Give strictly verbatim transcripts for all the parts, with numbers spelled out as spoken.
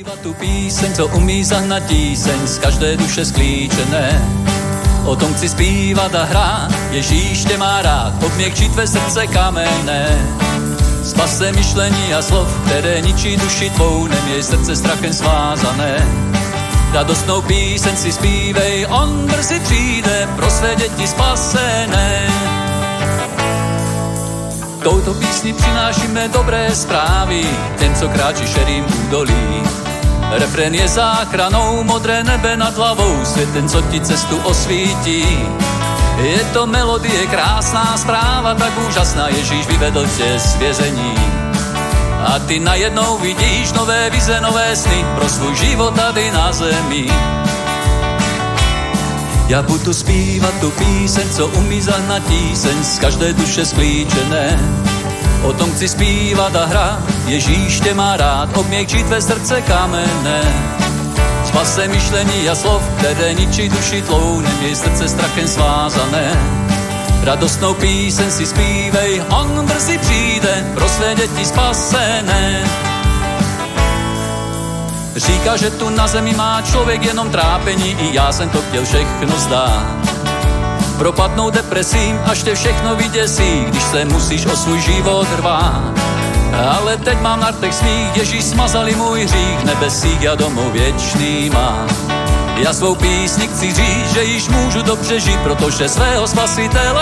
Zpívat tu píseň, co umí zahnat tíseň z každé duše sklíčené. O tom chci zpívat a hrát, Ježíš tě má rád, obměkčí tvé srdce kamenné. Spase myšlení a slov, které ničí duši tvou, neměj srdce strachem svázané. Radostnou píseň si zpívej, on brzy přijde pro své děti spasené. Touto písni přinášíme dobré zprávy těm, co kráčí šerým údolí. Refrén je záchranou, modré nebe nad hlavou, svět ten, co ti cestu osvítí. Je to melodie, krásná zpráva, tak úžasná, Ježíš vyvedl tě z vězení. A ty najednou vidíš nové vize, nové sny pro svůj život tady na zemi. Já budu zpívat tu píseň, co umí zahnat tíseň z každé duše sklíčené. O tom chci zpívat a hrát, Ježíš tě má rád, obměkčí tvé srdce kamenné. Spase myšlení a slov, které ničí duši tlou, neměj srdce strachem svázané. Radostnou píseň si zpívej, on brzy přijde pro své děti spasené. Říká, že tu na zemi má člověk jenom trápení, i já jsem to chtěl všechno zdát. Propadnout depresím, až tě všechno vyděsí, když se musíš o svůj život rvát. Ale teď mám na rtech smích, Ježíš smazali můj hřích, nebesích já domov věčný mám. Já svou písni chci říct, že již můžu dobře žít, protože svého spasitele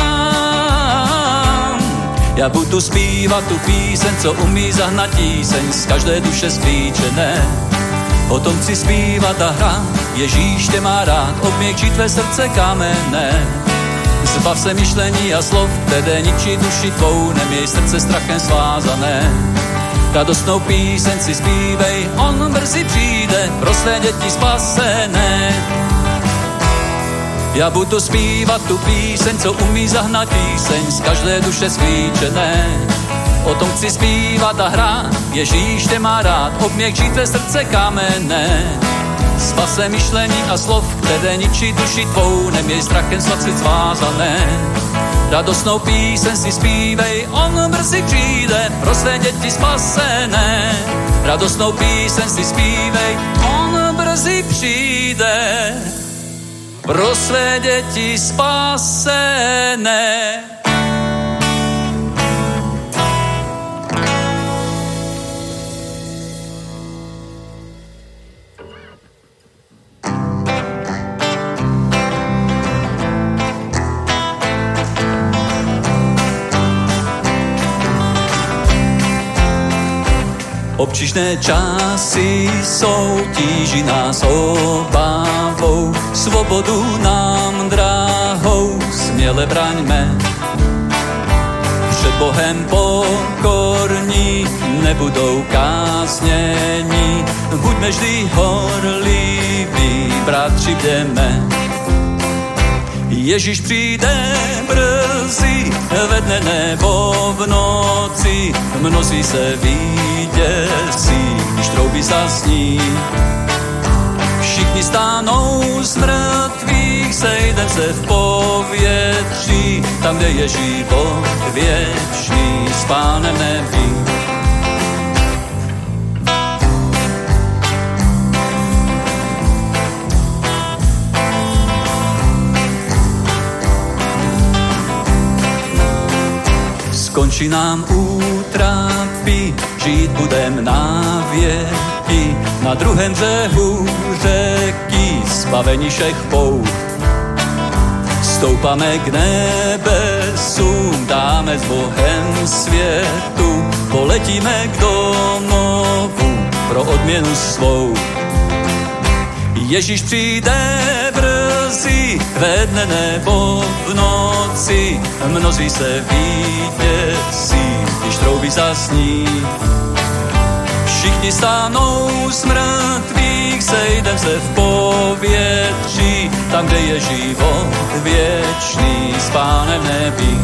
znám. Já budu zpívat tu píseň, co umí zahnat tíseň z každé duše sklíčené. O tom chci zpívat a hrát, Ježíš tě má rád, obměkčí tvé srdce kamenné. Zbav se myšlení a slov, které ničí duši tvou, neměj srdce strachem svázané. Radostnou píseň si zpívej, on brzy přijde pro své děti spasené. Já budu zpívat tu píseň, co umí zahnat tíseň z každé duše sklíčené. O tom chci zpívat a hrát, Ježíš tě má rád, obměkčí tvé srdce kamenné. Spase myšlení a slov, které ničí duši tvou, neměj strachem svacit svázané. Radostnou píseň si zpívej, on brzy přijde pro své děti spasené. Radostnou píseň si zpívej, on brzy přijde pro své děti spasené. Obtížné časy jsou, tíží nás obávou, svobodu nám drahou, směle braňme. Před Bohem pokorní, nebudou káznění, buďme vždy horliví, bratři, bděme. Ježíš přijde brzy, ve dne nebo v noci, mnozí se vyděsí, když trouby zazní. Všichni stánou z mrtvých, sejdem se v povětří, tam, kde je život věčný s Pánem nebí. Končí nám útrapy, žít budem na věky, na druhém břehu řeky, zbaveni všech pout. Stoupáme k nebesům, dáme s Bohem světu, poletíme k domovu pro odměnu svou. Ježíš přijde brzy, ve dne nebo v noci, mnozí se vyděsí, když trouby zazní. Všichni stánou z mrtvých, sejdem se v povětří, tam, kde je život věčný s Pánem nebí.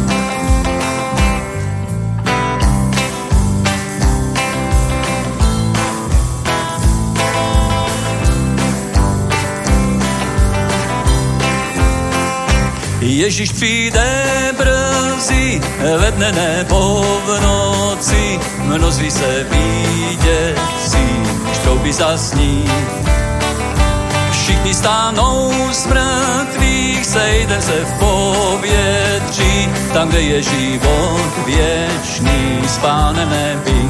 Ježíš přijde brzy, ve dne nebo v noci, mnozí se vyděsí, když trouby troubí zazní. Všichni stánou z mrtvých, sejde se v povětří, tam, kde je život věčný s Pánem nebi.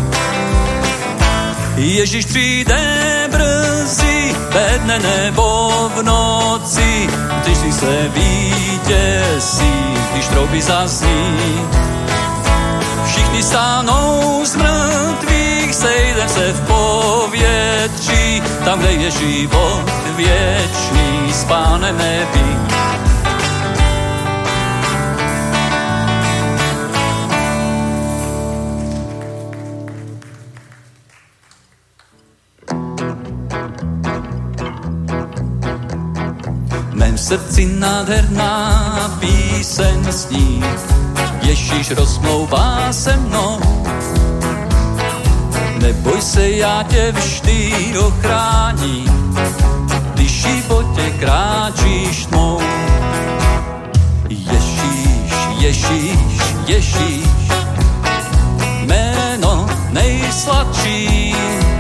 Ježíš přijde brzy, ve dne nebo v noci, když si se vítězí, když troubí zazní. Všichni stánou z mrtvých, sejdem se v povětří, tam, kde je život věčný s Pánem nebi. V mém srdci nádherná píseň zní, Ježíš rozmlouvá se mnou. Neboj se, já tě vždy ochráním, když v životě kráčíš tmou. Ježíš, Ježíš, Ježíš, jméno nejsladší,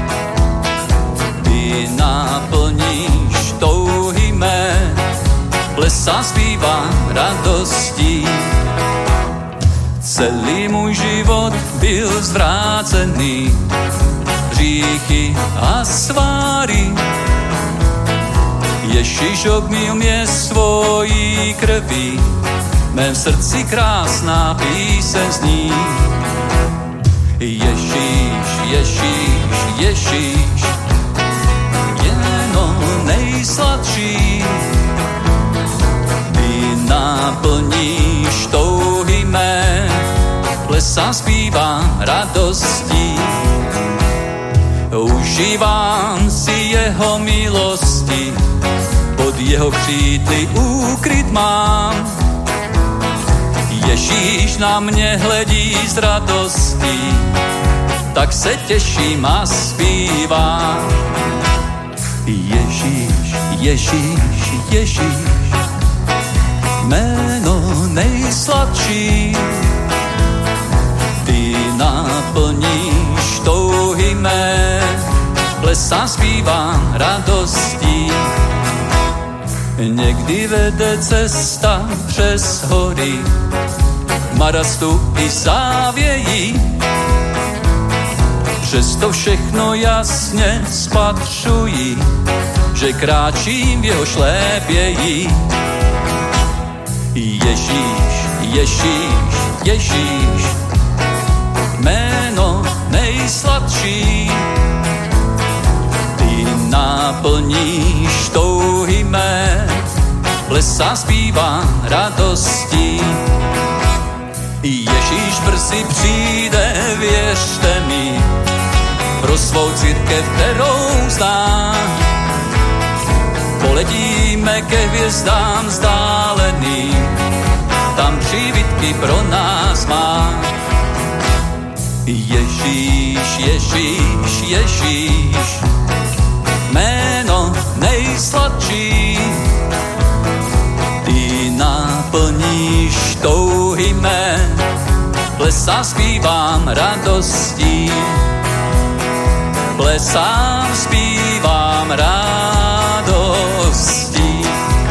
ty naplníš touhy mé, plesá zpívá radostí. Celý můj život byl zvrácený, hříchy a sváry. Ježíš obmyl mě svojí krví, v mém srdci krásná píseň zní. Ježíš, Ježíš, Ježíš, jméno nejsladší, ty naplníš touhy mé, plesá zpívá radostí. Užívám si jeho milosti, pod jeho křídly úkryt mám. Ježíš na mě hledí s radostí, tak se těším a zpívám. Ježíš, Ježíš, Ježíš, jméno nejsladší, ty naplníš touhy mé, plesá zpívám radostí. Někdy vede cesta přes hory, marastu i závějí, přesto všechno jasně spatřují, že kráčím v jeho šlépějí. Ježíš, Ježíš, Ježíš, jméno nejsladší, ty naplníš touhy mé, plesá zpívám radostí. Ježíš brzy přijde, věřte mi, pro svou církev, kterou znám. Poletíme ke hvězdám vzdáleným, tam přívitky pro nás má. Ježíš, Ježíš, Ježíš, jméno nejsladší, ty naplníš touhy mé, plesá zpívám radostí, plesám zpívám radostí.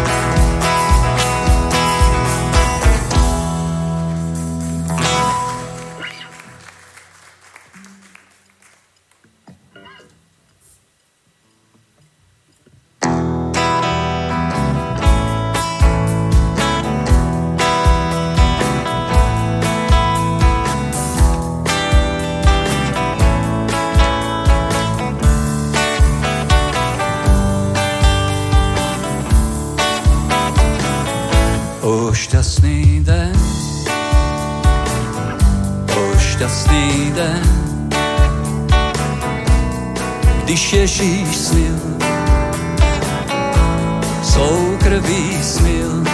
O šťastný den, o šťastný den, když Ježíš smil, svou krví smil,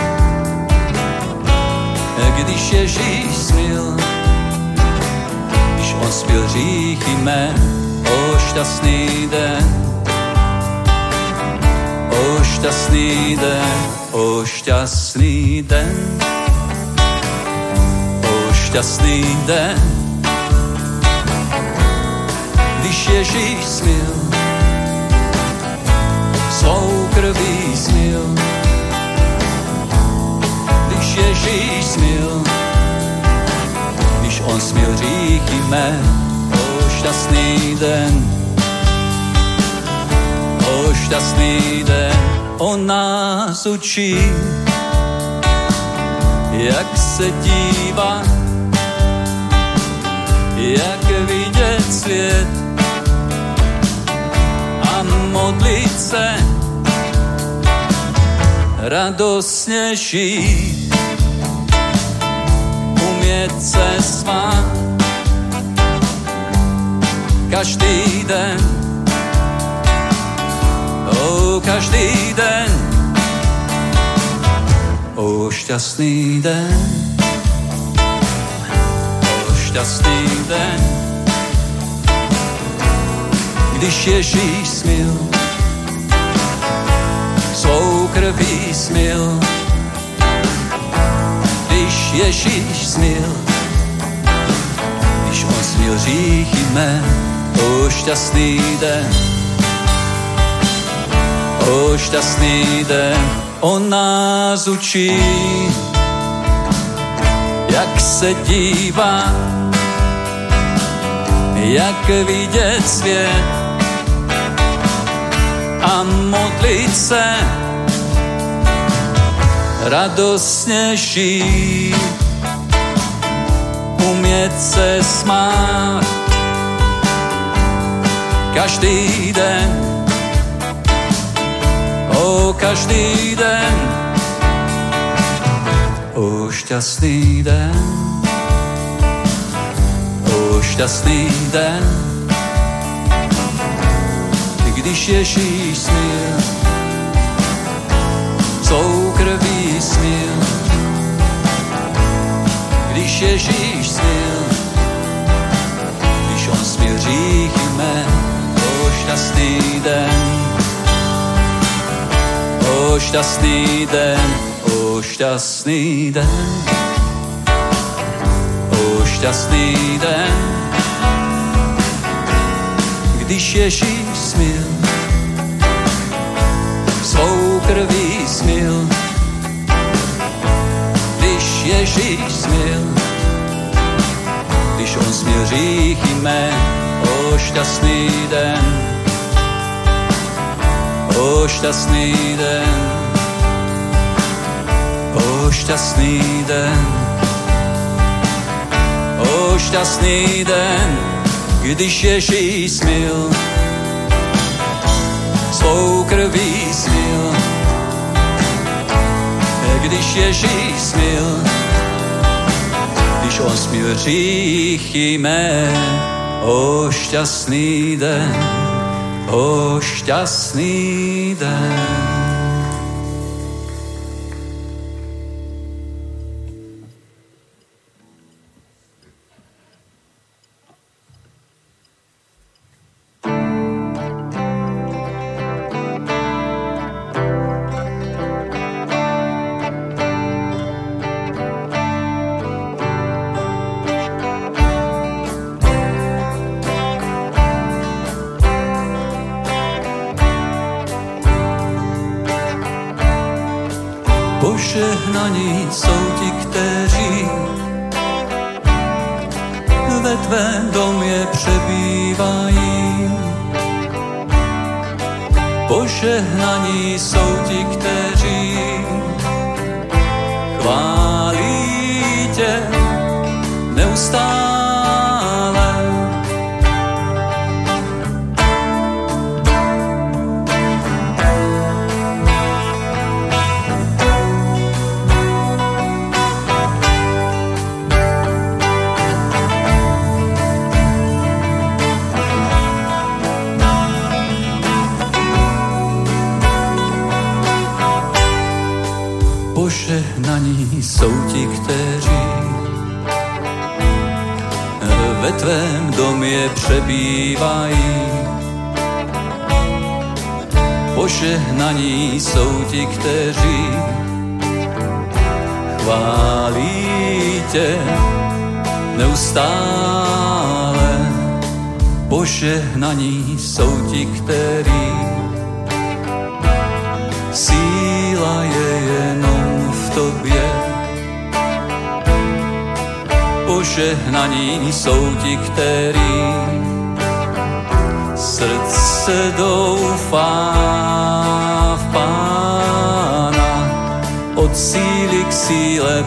když Ježíš smil, když on spil hříchy mé. O šťastný den, o šťastný den, o šťastný den, o šťastný den, když Ježíš smil, žijeme. O šťastný den, o šťastný den, on nás učí, jak se dívat, jak vidět svět a modlit se, radostně žít, umět se smát každý den, o každý den, o šťastný den, o šťastný den, když Ježíš smil, svou krví smil, když Ježíš smil, když on smil hříchy mé, o šťastný den, o šťastný den, on nás učí, jak se dívá, jak vidět svět a modlit se, radostně žít, umět se smát každý den, o každý den, o šťastný den, o šťastný den, když Ježíš smil, svou krví smil, když Ježíš smil, když on smil hříchy mé, o šťastný den, o šťastný den, o šťastný den, o šťastný den, když Ježíš smil, svou krví smil, když Ježíš smil, když on smil hříchy mé, o šťastný den, o šťastný den, o šťastný den, o šťastný den, když Ježíš smil, svou krví smil, když Ježíš smil, když on smil hříchy mé, o šťastný den, o šťastný den. Požehnaní jsou ti, kteří ve tvém domě přebývají. Požehnaní jsou ti, kteří chválí tě neustále. Požehnaní jsou ti, kteří ve tvém domě přebývají. Požehnaní jsou ti, kteří chválí tě neustále. Požehnaní jsou ti, kteří síla je jenom v tobě. Požehnaní Požehnaní jsou ti, který srdce doufá v Pána. Od síly k síle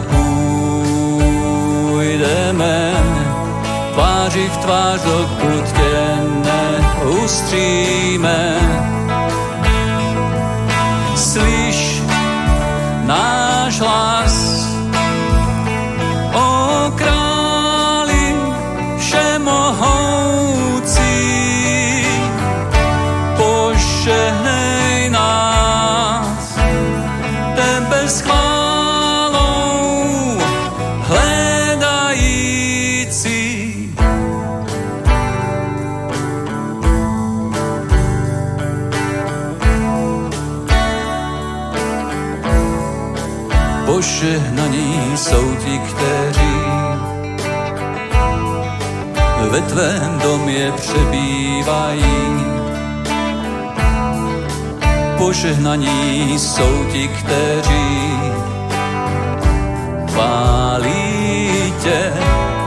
půjdeme, tváři v tvář, dokud tě neustříme. Slyš náš hlas, o králi všemohoucí, požehnej nás, tebe s chválou hledající. Požehnaní jsou ti, kteří ve tvém domě přebývají. Požehnaní jsou ti, kteří chválí tě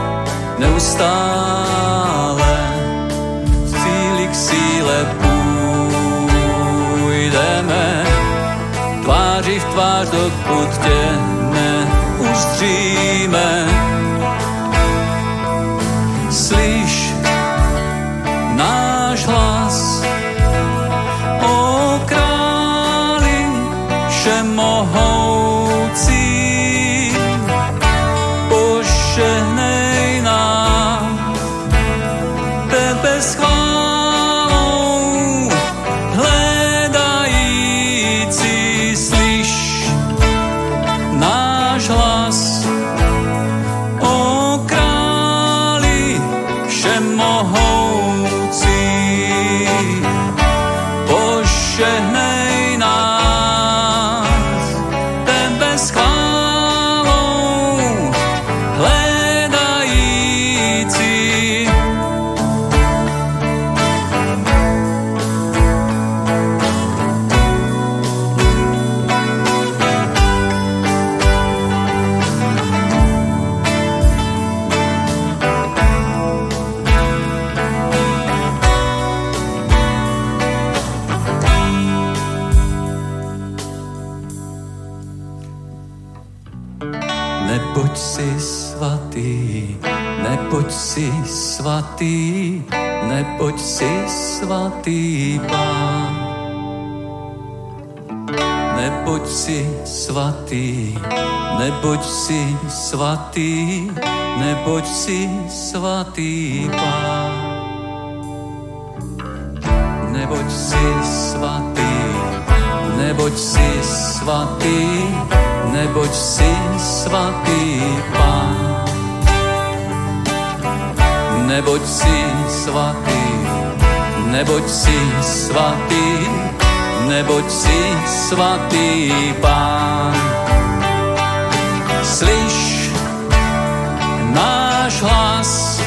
neustále. Z síly k síle půjdeme, tváři v tvář, dokud tě neustříme. Slyš náš hlas, o králi všemohoucí, požehnej nám, tebe s chválou hledající. Slyš náš hlas, o králi všemohoucí, požehnej nás, tebe s chválou hledající. Neboť si svatý, neboť si svatý, neboť si svatý Pán. Neboť si svatý, neboť si svatý, neboť si svatý Pán. Neboť si svatý, neboť si svatý, neboť si svatý Pán. Neboť si svatý, neboť si svatý, neboť si svatý Pán. Slyš náš hlas,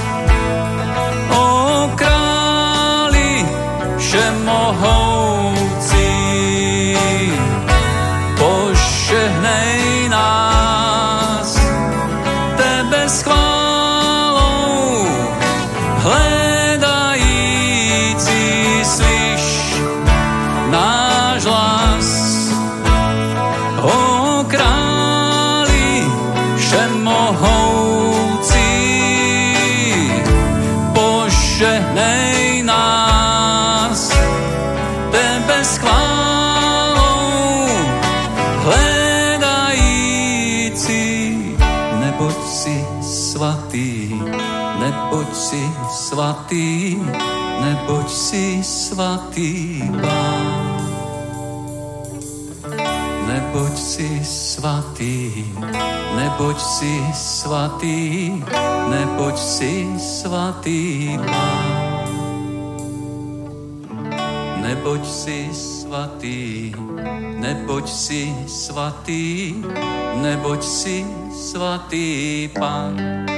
o králi všemohoucí, požehnej nás, tebe s chválou hledající. Slyš náš hlas, o králi všemohoucí, požehnej nás, tebe s chválou hledající. Neboť si svatý, neboť si svatý, neboť si svatý Pán. Neboť si svatý, neboť si svatý, neboť si svatý Pán. Neboť si svatý, neboť si svatý, neboť si svatý Pán.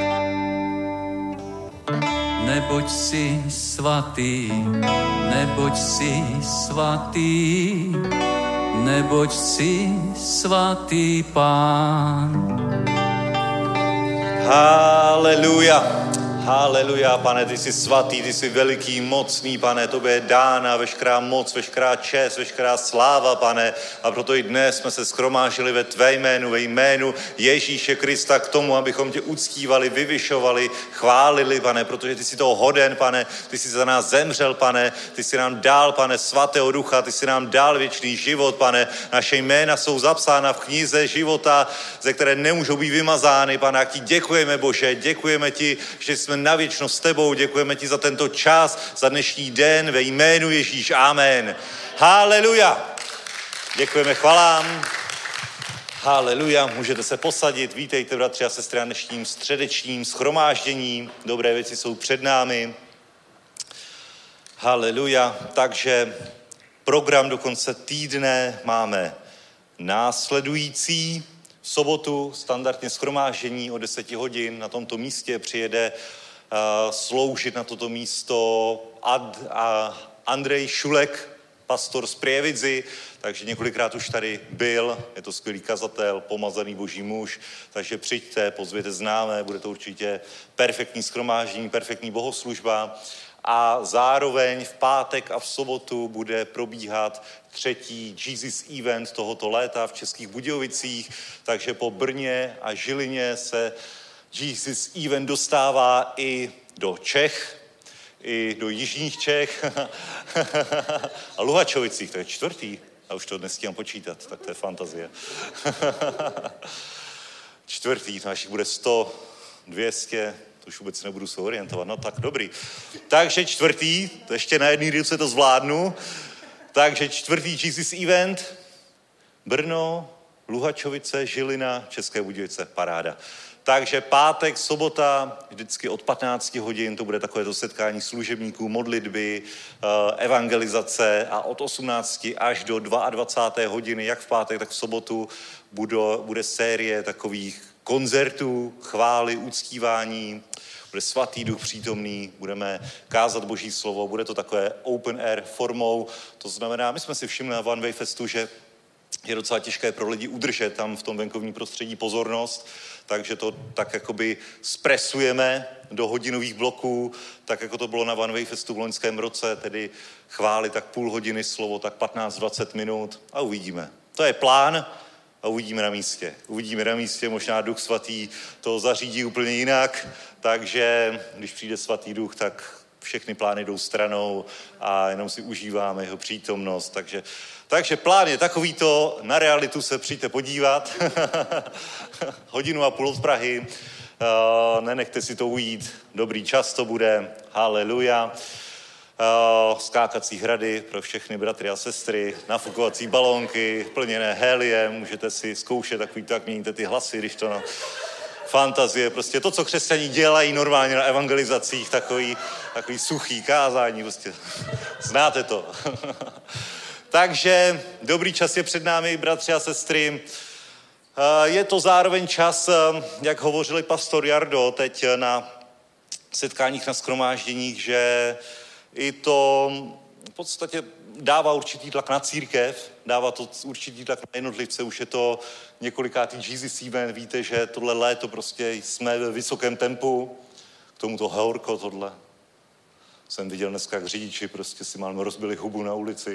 Neboť si svatý, neboť si svatý, neboť si svatý Pán. Haleluja. Haleluja, pane, ty jsi svatý, ty jsi veliký, mocný, pane, tobě je dána veškerá moc, veškerá čest, veškerá sláva, pane, a proto i dnes jsme se shromážili ve tvé jménu, ve jménu Ježíše Krista k tomu, abychom tě uctívali, vyvyšovali, chválili, pane, protože ty jsi toho hoden, pane, ty jsi za nás zemřel, pane, ty jsi nám dal, pane, svatého ducha, ty jsi nám dal věčný život, pane, naše jména jsou zapsána v knize života, ze které nemůžou být vymazány, pane, a ti děkujeme, Bože, děkujeme ti, že jsme na věčnost s tebou, děkujeme ti za tento čas, za dnešní den, ve jménu Ježíš, amen. Haleluja. Děkujeme, chvalám. Haleluja, můžete se posadit, vítejte, bratři a sestry, na dnešním středečním shromáždění, dobré věci jsou před námi. Haleluja, takže program do konce týdne máme následující. V sobotu standardně shromáždění o deseti hodin na tomto místě přijede uh, sloužit na toto místo Ad, uh, Andrej Šulek, pastor z Prievidzy, takže několikrát už tady byl, je to skvělý kazatel, pomazaný boží muž, takže přijďte, pozvěte známé, bude to určitě perfektní shromáždění, perfektní bohoslužba. A zároveň v pátek a v sobotu bude probíhat třetí Jesus Event tohoto léta v Českých Budějovicích, takže po Brně a Žilině se Jesus Event dostává i do Čech, i do jižních Čech a Luhačovicích, to je čtvrtý, a už to dnes chtěl počítat, tak to je fantazie. Čtvrtý, to našich bude sto, dvě stě, to už vůbec nebudu se orientovat, no tak dobrý. Takže čtvrtý, to ještě na jedný ruce to zvládnu, takže čtvrtý Jesus Event, Brno, Luhačovice, Žilina, České Budějovice, paráda. Takže pátek, sobota, vždycky od patnácti hodin, to bude takovéto setkání služebníků, modlitby, evangelizace a od osmnácti až do dvacáté druhé hodiny, jak v pátek, tak v sobotu, bude, bude série takových koncertů, chvály, uctívání, bude svatý duch přítomný, budeme kázat boží slovo, bude to takové open air formou, to znamená, my jsme si všimli na One Way Festu, že je docela těžké pro lidi udržet tam v tom venkovním prostředí pozornost, takže to tak jakoby zpresujeme do hodinových bloků, tak jako to bylo na One Way Festu v loňském roce, tedy chvály tak půl hodiny, slovo tak patnáct dvacet minut a uvidíme. To je plán a uvidíme na místě. Uvidíme na místě, možná Duch Svatý to zařídí úplně jinak, takže když přijde Svatý Duch, tak všechny plány jdou stranou a jenom si užíváme jeho přítomnost. Takže, takže plán je takovýto, na realitu se přijďte podívat. Hodinu a půl od Prahy. Uh, nenechte si to ujít. Dobrý čas to bude. Haleluja. Uh, skákací hrady pro všechny bratry a sestry, nafukovací balónky, plněné heliem. Můžete si zkoušet takový, tak měníte ty hlasy, když to na... fantazie, prostě to, co křesťaní dělají normálně na evangelizacích, takový, takový suchý kázání, prostě znáte to. Takže dobrý čas je před námi, bratři a sestry. Je to zároveň čas, jak hovořili pastor Jardo teď na setkáních na shromážděních, že i to v podstatě dává určitý tlak na církev, dává to určitý tlak na jednotlivce, už je to několikátý Jesus Event, víte, že tohle léto prostě jsme ve vysokém tempu, k tomu to horko, tohle. Jsem viděl dneska, jak řidiči prostě si málem rozbili hubu na ulici.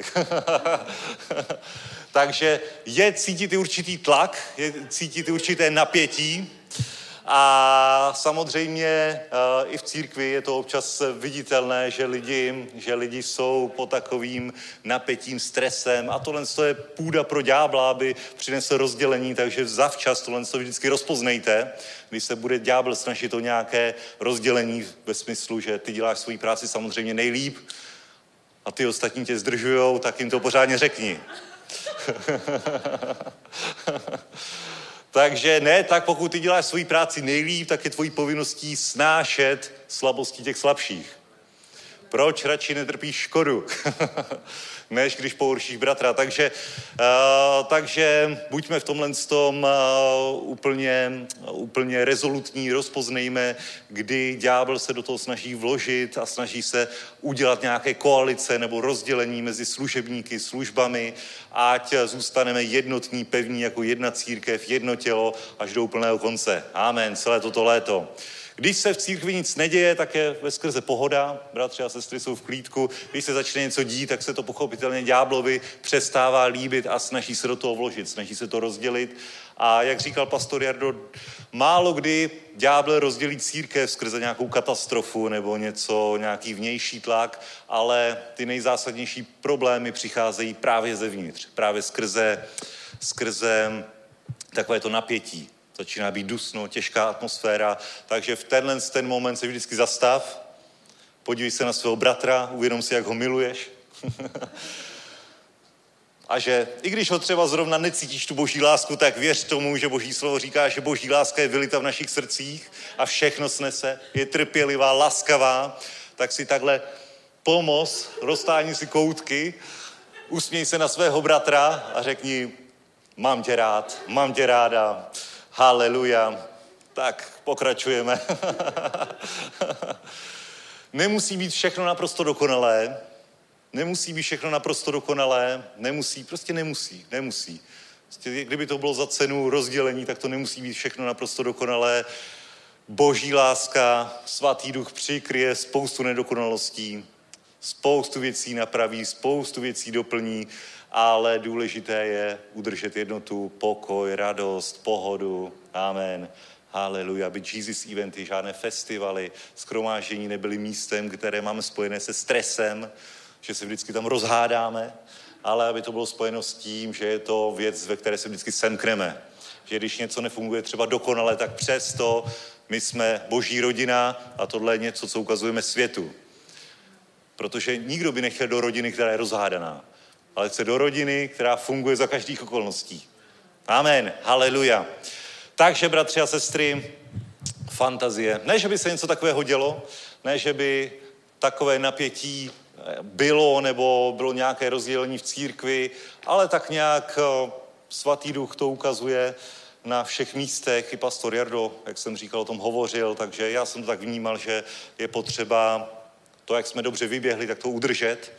Takže je cítit určitý tlak, je cítit určité napětí, a samozřejmě uh, i v církvi je to občas viditelné, že lidi, že lidi jsou pod takovým napětím, stresem a tohle je půda pro ďábla, aby přinesl rozdělení, takže zavčas tohle vždycky rozpoznejte, když se bude ďábel snažit o nějaké rozdělení ve smyslu, že ty děláš svoji práci samozřejmě nejlíp a ty ostatní tě zdržujou, tak jim to pořádně řekni. Takže ne, tak pokud ty děláš svoji práci nejlíp, tak je tvojí povinností snášet slabosti těch slabších. Proč radši netrpíš škodu, než když pohoršíš bratra. Takže, uh, takže buďme v tomhle tom uh, úplně, úplně rezolutní, rozpoznejme, kdy ďábel se do toho snaží vložit a snaží se udělat nějaké koalice nebo rozdělení mezi služebníky, službami, ať zůstaneme jednotní, pevní jako jedna církev, jedno tělo až do úplného konce. Amen, celé toto léto. Když se v církvi nic neděje, tak je veskrze pohoda, bratři a sestry jsou v klídku. Když se začne něco dít, tak se to pochopitelně ďáblovi přestává líbit a snaží se do toho vložit, snaží se to rozdělit. A jak říkal pastor Jardo, málo kdy ďábel rozdělí církev skrze nějakou katastrofu nebo něco, nějaký vnější tlak, ale ty nejzásadnější problémy přicházejí právě zevnitř, právě skrze, skrze takové to napětí. Začíná být dusno, těžká atmosféra, takže v tenhle ten moment se vždycky zastav, podívej se na svého bratra, uvědom si, jak ho miluješ. A že i když ho třeba zrovna necítíš tu boží lásku, tak věř tomu, že boží slovo říká, že boží láska je vylita v našich srdcích a všechno snese, je trpělivá, laskavá, tak si takhle pomoz, roztáhni si koutky, usměj se na svého bratra a řekni, mám tě rád, mám tě ráda, haleluja. Tak, pokračujeme. Nemusí být všechno naprosto dokonalé. Nemusí být všechno naprosto dokonalé. Nemusí, prostě nemusí, nemusí. Prostě, kdyby to bylo za cenu rozdělení, tak to nemusí být všechno naprosto dokonalé. Boží láska, svatý duch přikryje spoustu nedokonalostí, spoustu věcí napraví, spoustu věcí doplní, ale důležité je udržet jednotu, pokoj, radost, pohodu. Amen. Haleluja. Aby Jesus eventy, žádné festivaly, shromáždění nebyly místem, které máme spojené se stresem, že se vždycky tam rozhádáme, ale aby to bylo spojeno s tím, že je to věc, ve které se vždycky semkneme. Že když něco nefunguje třeba dokonale, tak přesto my jsme boží rodina a tohle je něco, co ukazujeme světu. Protože nikdo by nechtěl do rodiny, která je rozhádaná, ale chce do rodiny, která funguje za každých okolností. Amen. Haleluja. Takže, bratři a sestry, fantazie. Ne, že by se něco takového dělo, ne, že by takové napětí bylo, nebo bylo nějaké rozdělení v církvi, ale tak nějak svatý duch to ukazuje na všech místech. I pastor Jardo, jak jsem říkal, o tom hovořil, takže já jsem to tak vnímal, že je potřeba to, jak jsme dobře vyběhli, tak to udržet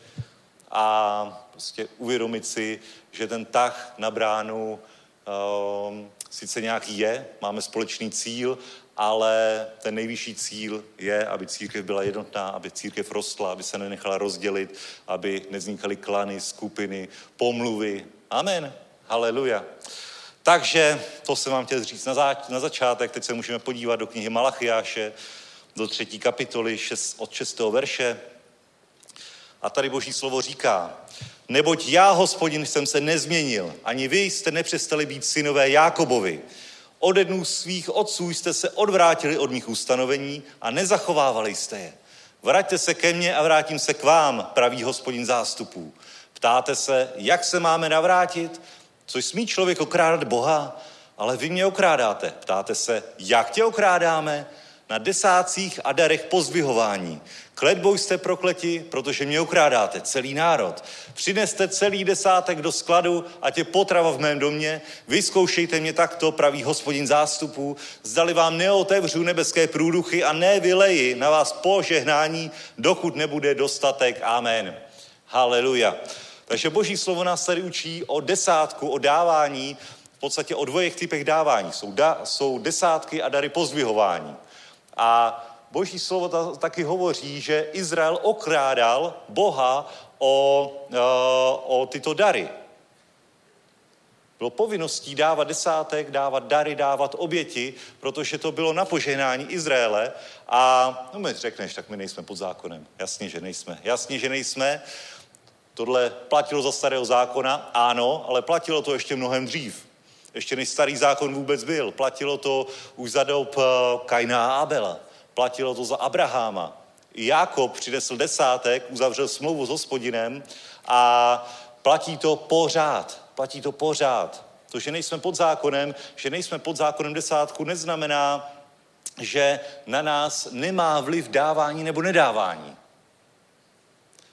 a prostě uvědomit si, že ten tah na bránu um, sice nějaký je, máme společný cíl, ale ten nejvyšší cíl je, aby církev byla jednotná, aby církev rostla, aby se nenechala rozdělit, aby nevznikaly klany, skupiny, pomluvy. Amen. Haleluja. Takže to jsem vám chtěl říct na, za, na začátek. Teď se můžeme podívat do knihy Malachiáše, do třetí kapitoly šest, od šestého verše. A tady Boží slovo říká, neboť já, Hospodin, jsem se nezměnil, ani vy jste nepřestali být synové Jákobovi. Ode dnů svých otců jste se odvrátili od mých ustanovení a nezachovávali jste je. Vraťte se ke mně a vrátím se k vám, praví Hospodin zástupů. Ptáte se, jak se máme navrátit? Což smí člověk okrádat Boha, ale vy mě okrádáte. Ptáte se, jak tě okrádáme? Na desátcích a darech pozdvihování. Kletbou jste prokleti, protože mě okrádáte, celý národ. Přineste celý desátek do skladu, ať je potrava v mém domě. Vyzkoušejte mě takto, praví Hospodin zástupů. Zdali vám neotevřu nebeské průduchy a nevyleji na vás požehnání, dokud nebude dostatek. Amen. Haleluja. Takže Boží slovo nás tady učí o desátku, o dávání, v podstatě o dvojích typech dávání. Jsou, da, jsou desátky a dary pozdvihování. A Boží slovo ta, taky hovoří, že Izrael okrádal Boha o, o, o tyto dary. Bylo povinností dávat desátek, dávat dary, dávat oběti, protože to bylo na požehnání Izraele. A no mi řekneš, tak my nejsme pod zákonem. Jasně, že nejsme. Jasně, že nejsme. Tohle platilo za starého zákona, ano, ale platilo to ještě mnohem dřív. Ještě než starý zákon vůbec byl. Platilo to už za dob Kaina a Abela. Platilo to za Abraháma. I Jákob přinesl desátek, uzavřel smlouvu s Hospodinem a platí to pořád. Platí to pořád. To, že nejsme pod zákonem, že nejsme pod zákonem desátku, neznamená, že na nás nemá vliv dávání nebo nedávání.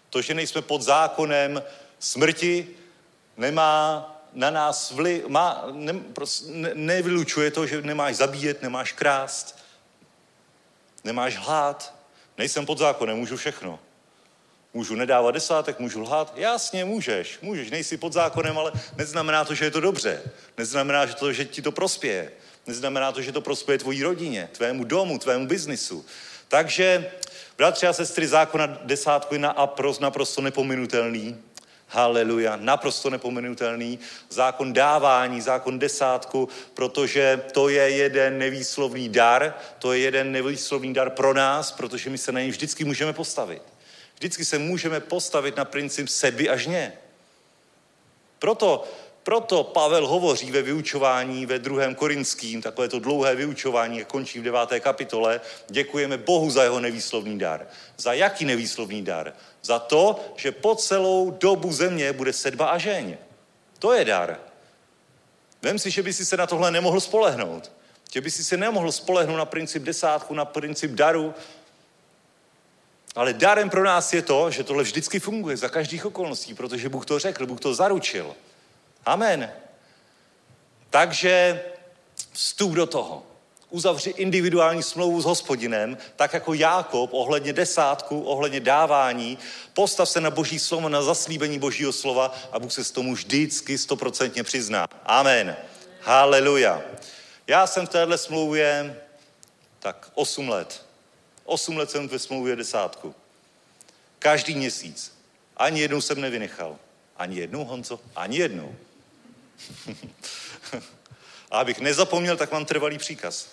To, že nejsme pod zákonem smrti, nemá na nás vliv, má, ne, prostě ne, nevylučuje to, že nemáš zabíjet, nemáš krást, nemáš lhát. Nejsem pod zákonem, můžu všechno. Můžu nedávat desátek, můžu lhát. Jasně, můžeš, můžeš, nejsi pod zákonem, ale neznamená to, že je to dobře. Neznamená že to, že ti to prospěje. Neznamená to, že to prospěje tvojí rodině, tvému domu, tvému biznisu. Takže, bratři a sestry, zákona desátku je naprosto nepominutelný. Haleluja, naprosto nepominutelný. Zákon dávání, zákon desátku, protože to je jeden nevýslovný dar, to je jeden nevýslovný dar pro nás, protože my se na něj vždycky můžeme postavit. Vždycky se můžeme postavit na princip sebi a žně. Proto, proto Pavel hovoří ve vyučování ve druhém Korinským, takové to dlouhé vyučování, jak končí v deváté kapitole, děkujeme Bohu za jeho nevýslovný dar. Za jaký nevýslovný dar? Za to, že po celou dobu země bude sedba a žeň. To je dar. Vem si, že by si se na tohle nemohl spolehnout. Že by si se nemohl spolehnout na princip desátku, na princip daru. Ale darem pro nás je to, že tohle vždycky funguje za každých okolností, protože Bůh to řekl, Bůh to zaručil. Amen. Takže vstup do toho. Uzavři individuální smlouvu s Hospodinem, tak jako Jákob ohledně desátku, ohledně dávání. Postav se na Boží slovo, na zaslíbení Božího slova a Bůh se s tomu vždycky stoprocentně přizná. Amen. Haleluja. Já jsem v téhle smlouvě tak osm let. Osm let jsem ve smlouvě desátku. Každý měsíc. Ani jednou jsem nevynechal. Ani jednou, Honzo? Ani jednou. A abych nezapomněl, tak mám trvalý příkaz.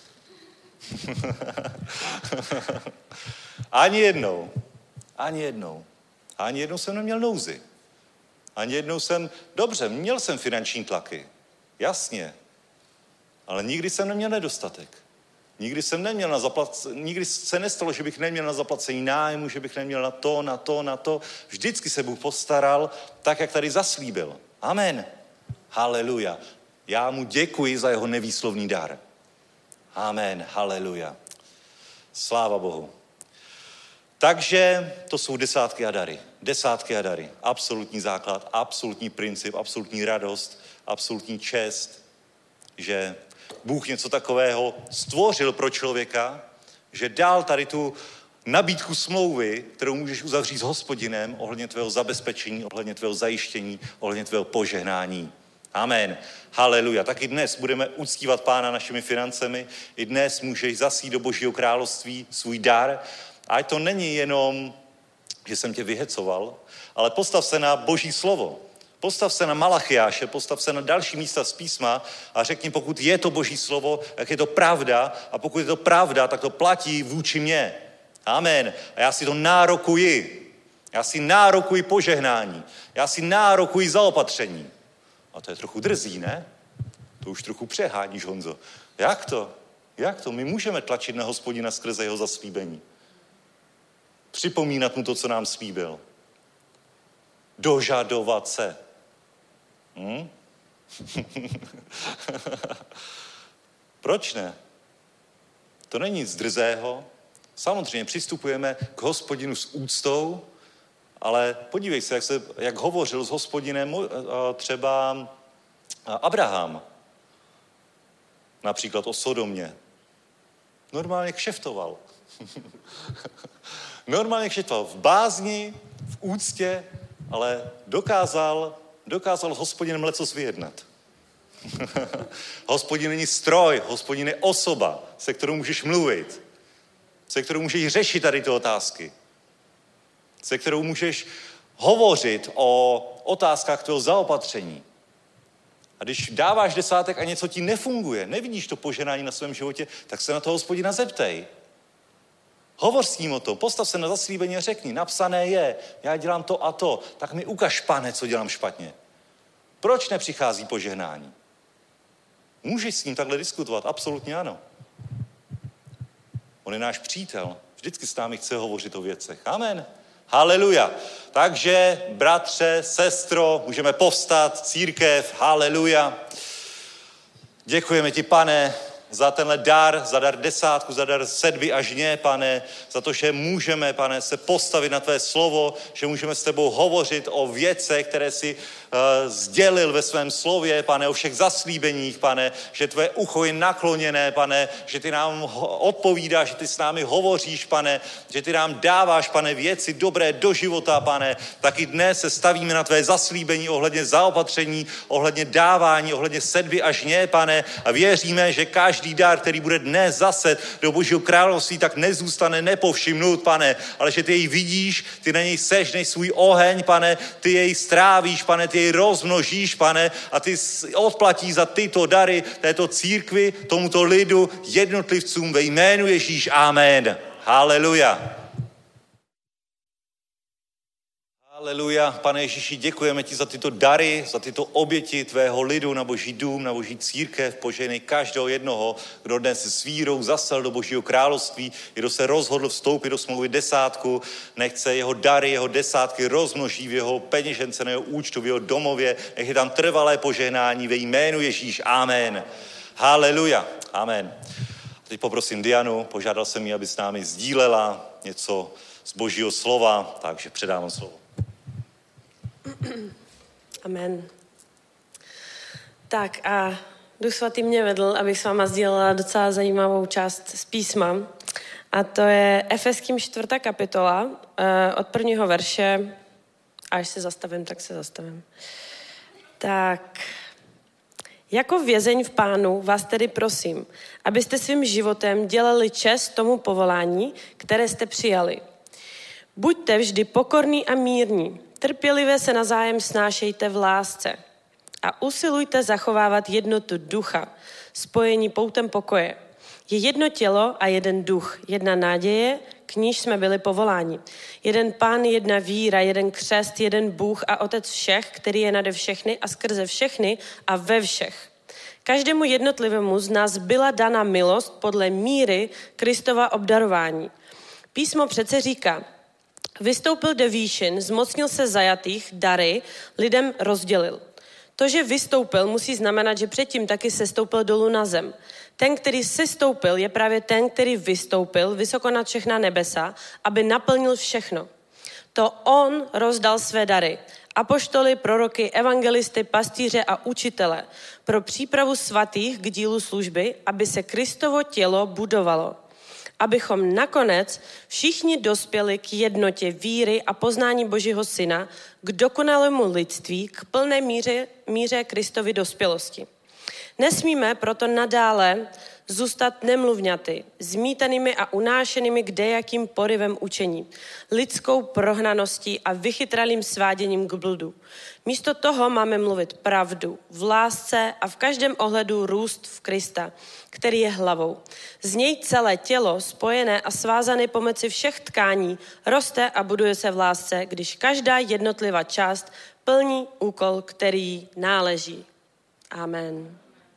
Ani jednou. Ani jednou. Ani jednou jsem neměl nouzi. Ani jednou jsem, dobře, měl jsem finanční tlaky. Jasně. Ale nikdy jsem neměl nedostatek. Nikdy jsem neměl na zaplacení, nikdy se nestalo, že bych neměl na zaplacení nájmu, že bych neměl na to, na to, na to. Vždycky se Bůh postaral tak, jak tady zaslíbil. Amen. Haleluja. Já mu děkuji za jeho nevýslovný dar. Amen. Haleluja. Sláva Bohu. Takže to jsou desátky a dary. Desátky a dary. Absolutní základ, absolutní princip, absolutní radost, absolutní čest, že Bůh něco takového stvořil pro člověka, že dal tady tu nabídku smlouvy, kterou můžeš uzavřít s Hospodinem ohledně tvého zabezpečení, ohledně tvého zajištění, ohledně tvého požehnání. Amen. Haleluja. Tak i dnes budeme uctívat Pána našimi financemi. I dnes můžeš zasít do Božího království svůj dar. Ať to není jenom, že jsem tě vyhecoval, ale postav se na Boží slovo. Postav se na Malachiáše, postav se na další místa z písma a řekni, pokud je to Boží slovo, jak je to pravda a pokud je to pravda, tak to platí vůči mně. Amen. A já si to nárokuji. Já si nárokuji požehnání. Já si nárokuji zaopatření. A to je trochu drzí, ne? To už trochu přeháníš, Honzo. Jak to? Jak to? My můžeme tlačit na Hospodina skrze jeho zaslíbení. Připomínat mu to, co nám slíbil. Dožadovat se. Hm? Proč ne? To není nic drzého. Samozřejmě přistupujeme k Hospodinu s úctou, ale podívej se, jak, se, jak hovořil s Hospodinem třeba Abraham. Například o Sodomě. Normálně kšeftoval. Normálně kšeftoval v bázni, v úctě, ale dokázal, dokázal s Hospodinem lecos vyjednat. Hospodin není stroj, Hospodin je osoba, se kterou můžeš mluvit, se kterou můžeš řešit tady ty otázky, se kterou můžeš hovořit o otázkách tvého zaopatření. A když dáváš desátek a něco ti nefunguje, nevidíš to poženání na svém životě, tak se na toho Hospodina zeptej. Hovoř s ním o tom, postav se na zaslíbení a řekni, napsané je, já dělám to a to, tak mi ukaž, Pane, co dělám špatně. Proč nepřichází požehnání? Můžeš s ním takhle diskutovat? Absolutně ano. On je náš přítel. Vždycky s námi chce hovořit o věcech. Amen. Haleluja. Takže, bratře, sestro, můžeme povstat, církev, haleluja. Děkujeme ti, Pane, za tenhle dar, za dar desátku, za dar sedmi a žně, pane, za to, že můžeme, pane, se postavit na tvé slovo, že můžeme s tebou hovořit o věcech, které si uh, sdělil ve svém slově, pane, o všech zaslíbeních, pane, že tvé ucho je nakloněné, pane, že ty nám odpovídáš, že ty s námi hovoříš, pane, že ty nám dáváš, pane, věci dobré do života, pane, taky dnes se stavíme na tvé zaslíbení ohledně zaopatření, ohledně dávání, ohledně sedby a žně, pane, a věříme, že každý dar, který bude dnes zased do Božího království, tak nezůstane nepovšimnut, pane, ale že ty jej vidíš, ty na něj sežneš svůj oheň, pane, ty jej strávíš, pane, ty jej rozmnožíš, pane, a ty odplatíš za tyto dary této církvi, tomuto lidu, jednotlivcům ve jménu Ježíš. Amen. Haleluja. Haleluja. Pane Ježíši, děkujeme ti za tyto dary, za tyto oběti tvého lidu na Boží dům, na Boží církev. Požehnej každého jednoho, kdo dnes s vírou zasel do Božího království, kdo se rozhodl vstoupit do smlouvy desátku, nechce jeho dary, jeho desátky rozmnoží v jeho peněžence, na jeho účtu, v jeho domově, nech je tam trvalé požehnání ve jménu Ježíš. Amen. Haleluja. Amen. Teď poprosím Dianu, požádal jsem ji, aby s námi sdílela něco z Božího slova, takže předávám slovo. Amen. Tak a Duch svatý mě vedl, abych s váma sdílela docela zajímavou část z písma. A to je Efeským čtvrtá kapitola od prvního verše. A až se zastavím, tak se zastavím. Tak, jako vězeň v Pánu vás tedy prosím, abyste svým životem dělali čest tomu povolání, které jste přijali. Buďte vždy pokorní a mírní, trpělivě se navzájem snášejte v lásce a usilujte zachovávat jednotu ducha, spojení poutem pokoje. Je jedno tělo a jeden duch, jedna naděje, k níž jsme byli povoláni. Jeden Pán, jedna víra, jeden křest, jeden Bůh a Otec všech, který je nade všechny a skrze všechny a ve všech. Každému jednotlivému z nás byla dána milost podle míry Kristova obdarování. Písmo přece říká, vystoupil do výšin, zmocnil se zajatých, dary lidem rozdělil. To, že vystoupil, musí znamenat, že předtím taky sestoupil dolů na zem. Ten, který sestoupil, je právě ten, který vystoupil vysoko nad všechna nebesa, aby naplnil všechno. To on rozdal své dary. Apoštoly, proroky, evangelisty, pastýře a učitele pro přípravu svatých k dílu služby, aby se Kristovo tělo budovalo. Abychom nakonec všichni dospěli k jednotě víry a poznání Božího Syna, k dokonalému lidství, k plné míře, míře Kristovy dospělosti. Nesmíme proto nadále zůstat nemluvňaty, zmítanými a unášenými kdejakým porivem učení, lidskou prohnaností a vychytralým sváděním k bludu. Místo toho máme mluvit pravdu, v lásce a v každém ohledu růst v Krista, který je hlavou. Z něj celé tělo, spojené a svázané pomocí všech tkání, roste a buduje se v lásce, když každá jednotlivá část plní úkol, který náleží. Amen.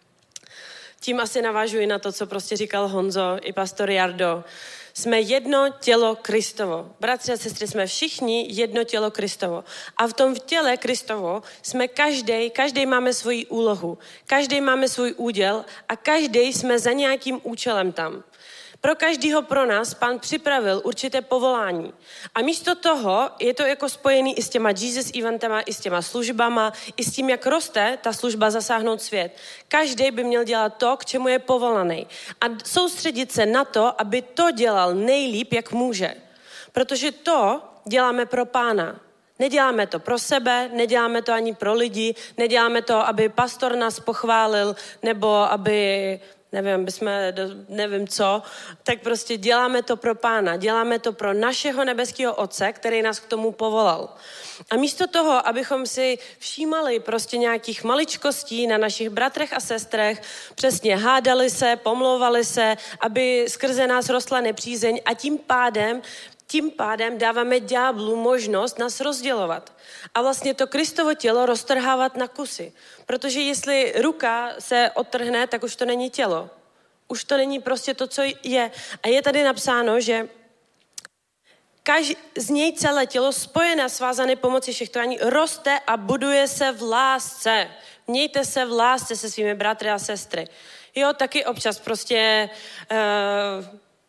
Tím asi navážuji na to, co prostě říkal Honzo i pastor Jardo. Jsme jedno tělo Kristovo. Bratři a sestry, jsme všichni jedno tělo Kristovo. A v tom těle Kristovo jsme každý, každý máme svoji úlohu, každý máme svůj úděl a každý jsme za nějakým účelem tam. Pro každýho pro nás Pán připravil určité povolání. A místo toho je to jako spojený i s těma Jesus eventama, i s těma službama, i s tím, jak roste ta služba zasáhnout svět. Každý by měl dělat to, k čemu je povolaný. A soustředit se na to, aby to dělal nejlíp, jak může. Protože to děláme pro Pána. Neděláme to pro sebe, neděláme to ani pro lidi, neděláme to, aby pastor nás pochválil, nebo aby... nevím, bychom, nevím co, tak prostě děláme to pro Pána, děláme to pro našeho nebeského Otce, který nás k tomu povolal. A místo toho, abychom si všímali prostě nějakých maličkostí na našich bratrech a sestrech, přesně hádali se, pomlouvali se, aby skrze nás rostla nepřízeň a tím pádem Tím pádem dáváme ďáblu možnost nás rozdělovat. A vlastně to Kristovo tělo roztrhávat na kusy. Protože jestli ruka se odtrhne, tak už to není tělo. Už to není prostě to, co je. A je tady napsáno, že Kaž, z něj celé tělo spojené, svázané pomocí všech tkání, roste a buduje se v lásce. Mějte se v lásce se svými bratry a sestry. Jo, taky občas prostě, uh,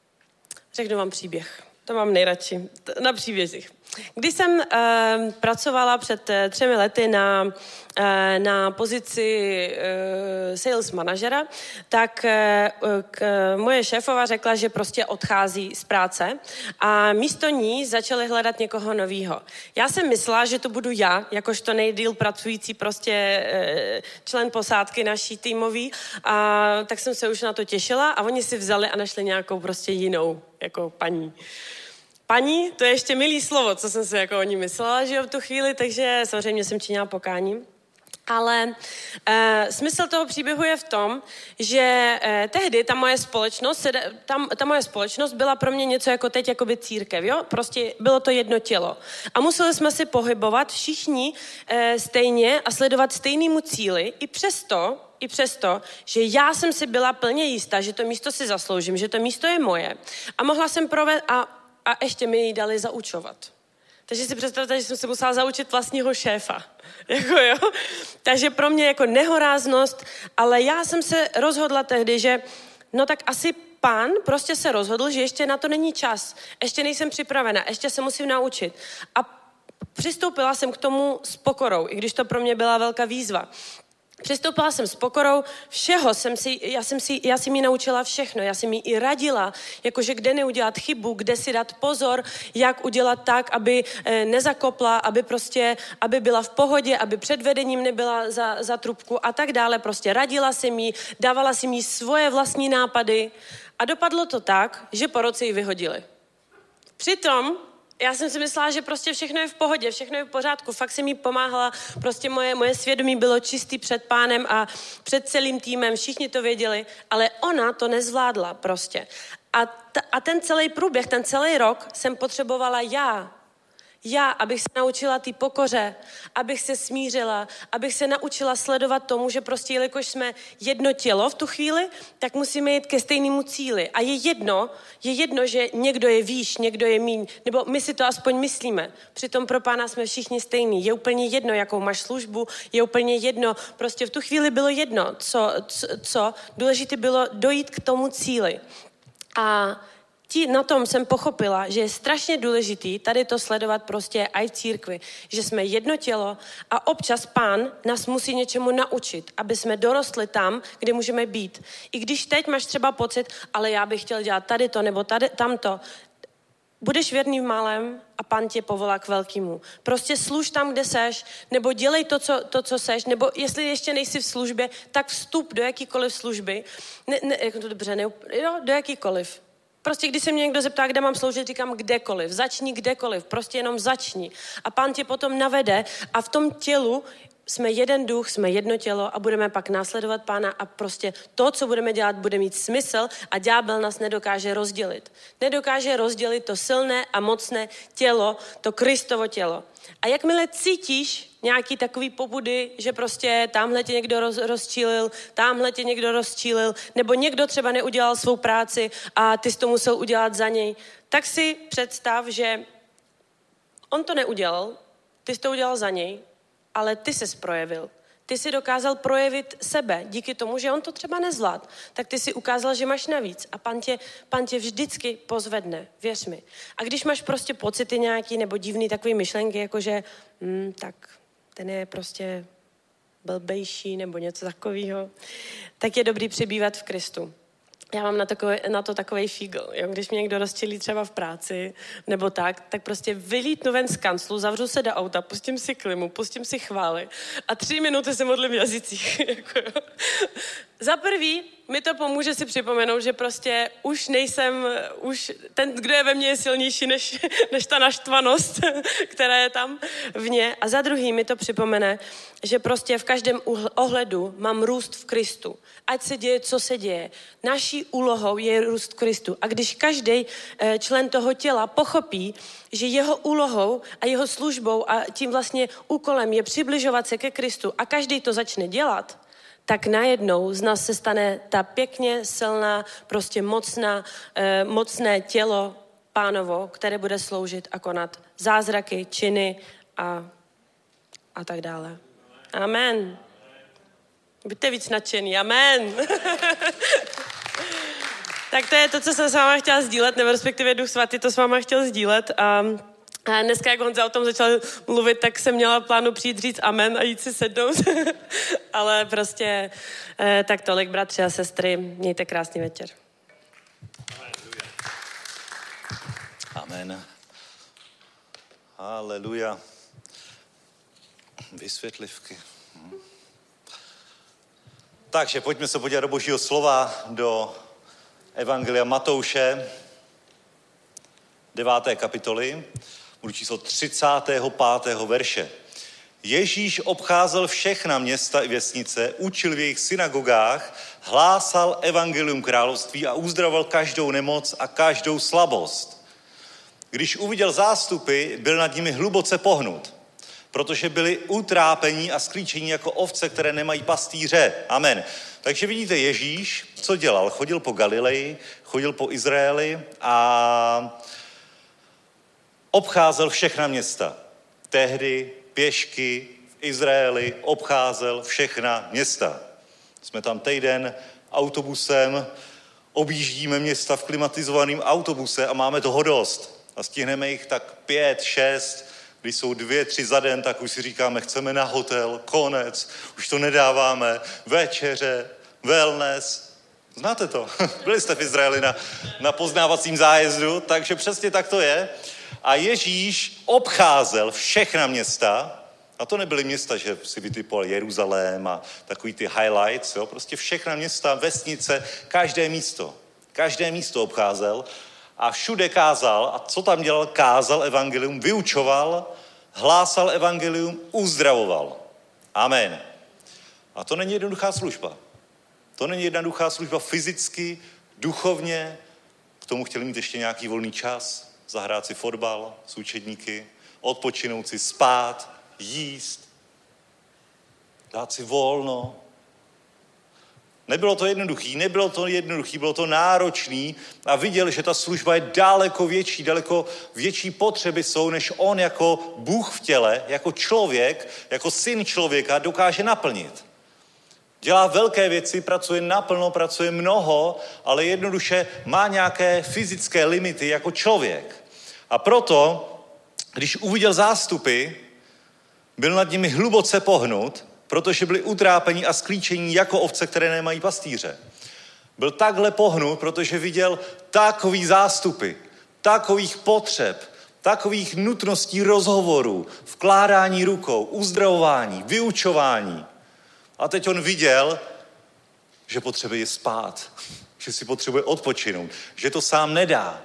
řeknu vám příběh, to mám nejradši, na příbězích. Když jsem uh, pracovala před uh, třemi lety na, uh, na pozici uh, sales manažera, tak uh, k, moje šéfova řekla, že prostě odchází z práce a místo ní začali hledat někoho novýho. Já jsem myslela, že to budu já, jakožto nejdýl pracující prostě uh, člen posádky naší týmový, a tak jsem se už na to těšila a oni si vzali a našli nějakou prostě jinou, jako paní. Paní, to je ještě milý slovo, co jsem si jako o ní myslela, že jo, v tu chvíli, takže samozřejmě jsem činila pokání. Ale e, smysl toho příběhu je v tom, že e, tehdy ta moje společnost, ta, ta moje společnost byla pro mě něco jako teď, jakoby církev, jo? Prostě bylo to jedno tělo. A museli jsme si pohybovat všichni e, stejně a sledovat stejnému cíli, i přesto, i přesto, že já jsem si byla plně jistá, že to místo si zasloužím, že to místo je moje. A mohla jsem provést, a A ještě mi ji dali zaučovat. Takže si představte, že jsem se musela zaučit vlastního šéfa. Jako jo. Takže pro mě jako nehoráznost, ale já jsem se rozhodla tehdy, že no tak asi Pán prostě se rozhodl, že ještě na to není čas. Ještě nejsem připravena, ještě se musím naučit. A přistoupila jsem k tomu s pokorou, i když to pro mě byla velká výzva. Přistoupila jsem s pokorou, všeho jsem si, já jsem si, já si mi naučila všechno, já jsem mi i radila, jakože kde neudělat chybu, kde si dát pozor, jak udělat tak, aby e, nezakopla, aby prostě, aby byla v pohodě, aby před vedením nebyla za, za trubku a tak dále, prostě radila si mi, dávala si mi svoje vlastní nápady a dopadlo to tak, že po roce ji vyhodili. Přitom já jsem si myslela, že prostě všechno je v pohodě, všechno je v pořádku, fakt si mi pomáhala, prostě moje, moje svědomí bylo čistý před Pánem a před celým týmem, všichni to věděli, ale ona to nezvládla prostě. A, t- a ten celý průběh, ten celý rok jsem potřebovala já, já, abych se naučila té pokoře, abych se smířila, abych se naučila sledovat tomu, že prostě jelikož jsme jedno tělo v tu chvíli, tak musíme jít ke stejnému cíli. A je jedno, je jedno, že někdo je výš, někdo je míň, nebo my si to aspoň myslíme. Přitom pro Pána jsme všichni stejní. Je úplně jedno, jakou máš službu, je úplně jedno. Prostě v tu chvíli bylo jedno, co, co, co důležité bylo dojít k tomu cíli. A Tí, na tom jsem pochopila, že je strašně důležitý tady to sledovat prostě i v církvi, že jsme jedno tělo a občas Pán nás musí něčemu naučit, aby jsme dorostli tam, kde můžeme být. I když teď máš třeba pocit, ale já bych chtěl dělat tady to nebo tady, tamto, budeš věrný v malém a Pán tě povolá k velkému. Prostě služ tam, kde seš, nebo dělej to, co, to, co seš, nebo jestli ještě nejsi v službě, tak vstup do jakýkoliv služby, ne, ne, jako to dobře, ne, jo, do jakýkoliv. Prostě když se mě někdo zeptá, kde mám sloužit, říkám kdekoliv. Začni kdekoliv, prostě jenom začni. A Pán tě potom navede a v tom tělu jsme jeden duch, jsme jedno tělo a budeme pak následovat Pána a prostě to, co budeme dělat, bude mít smysl a ďábel nás nedokáže rozdělit. Nedokáže rozdělit to silné a mocné tělo, to Kristovo tělo. A jakmile cítíš nějaký takový pobudy, že prostě tamhle tě někdo roz, rozčílil, tamhle tě někdo rozčílil, nebo někdo třeba neudělal svou práci a ty jsi to musel udělat za něj, tak si představ, že on to neudělal, ty jsi to udělal za něj, ale ty ses projevil. Ty si dokázal projevit sebe díky tomu, že on to třeba nezvlád. Tak ty si ukázal, že máš navíc a Pán tě, Pán tě vždycky pozvedne, věř mi. A když máš prostě pocity nějaký nebo divný takový myšlenky, jakože hm, tak ten je prostě blbejší nebo něco takového, tak je dobrý přibývat v Kristu. Já mám na, takové, na to takovej fígl. Jo? Když mě někdo rozčilí třeba v práci nebo tak, tak prostě vylítnu ven z kanclu, zavřu se do auta, pustím si klimu, pustím si chvály a tři minuty se modlím v jazycích. Za prvý mi to pomůže si připomenout, že prostě už nejsem, už ten, kdo je ve mně, je silnější než, než ta naštvanost, která je tam v ně. A za druhý mi to připomene, že prostě v každém ohledu mám růst v Kristu. Ať se děje, co se děje. Naší úlohou je růst v Kristu. A když každý člen toho těla pochopí, že jeho úlohou a jeho službou a tím vlastně úkolem je přibližovat se ke Kristu a každý to začne dělat, tak najednou z nás se stane ta pěkně silná, prostě mocná, eh, mocné tělo Pánovo, které bude sloužit a konat zázraky, činy a, a tak dále. Amen. Buďte víc nadšený. Amen. Tak to je to, co jsem s váma chtěla sdílet, nebo respektive Duch Svatý to s váma chtěl sdílet. A, a dneska, jak Honza o tom začal mluvit, tak jsem měla plánu přijít říct amen a jít si sednout. Ale prostě eh, tak tolik, bratři a sestry, mějte krásný večer. Amen. Haleluja. Vysvětlivky. Hm. Takže pojďme se podívat do Božího slova, do Evangelia Matouše, deváté kapitoly, budu číslo třicátého pátého verše. Ježíš obcházel všechna města i vesnice, učil v jejich synagogách, hlásal evangelium království a uzdravoval každou nemoc a každou slabost. Když uviděl zástupy, byl nad nimi hluboce pohnut, protože byli utrápení a sklíčení jako ovce, které nemají pastýře. Amen. Takže vidíte, Ježíš, co dělal? Chodil po Galileji, chodil po Izraeli a obcházel všechna města. Tehdy pěšky v Izraeli obcházel všechna města. Jsme tam týden autobusem, objíždíme města v klimatizovaném autobuse a máme toho dost. A stihneme jich tak pět, šest, když jsou dvě, tři za den, tak už si říkáme, chceme na hotel, konec, už to nedáváme, večeře, wellness. Znáte to? Byli jste v Izraeli na, na poznávacím zájezdu, takže přesně tak to je. A Ježíš obcházel všechna města, a to nebyly města, že si vytipoval Jeruzalém a takový ty highlights, jo? Prostě všechna města, vesnice, každé místo. Každé místo obcházel a všude kázal. A co tam dělal? Kázal evangelium, vyučoval, hlásal evangelium, uzdravoval. Amen. A to není jednoduchá služba. To není jednoduchá služba fyzicky, duchovně. K tomu chtěli mít ještě nějaký volný čas, zahrát si fotbal s učedníky, odpočinout si, spát, jíst, dát si volno. Nebylo to jednoduchý, nebylo to jednoduchý, bylo to náročný a viděl, že ta služba je daleko větší, daleko větší potřeby jsou, než on jako Bůh v těle, jako člověk, jako syn člověka dokáže naplnit. Dělá velké věci, pracuje naplno, pracuje mnoho, ale jednoduše má nějaké fyzické limity jako člověk. A proto, když uviděl zástupy, byl nad nimi hluboce pohnut, protože byli utrápení a sklíčení jako ovce, které nemají pastýře. Byl takhle pohnut, protože viděl takový zástupy, takových potřeb, takových nutností rozhovorů, vkládání rukou, uzdravování, vyučování. A teď on viděl, že potřebuje spát, že si potřebuje odpočinout, že to sám nedá.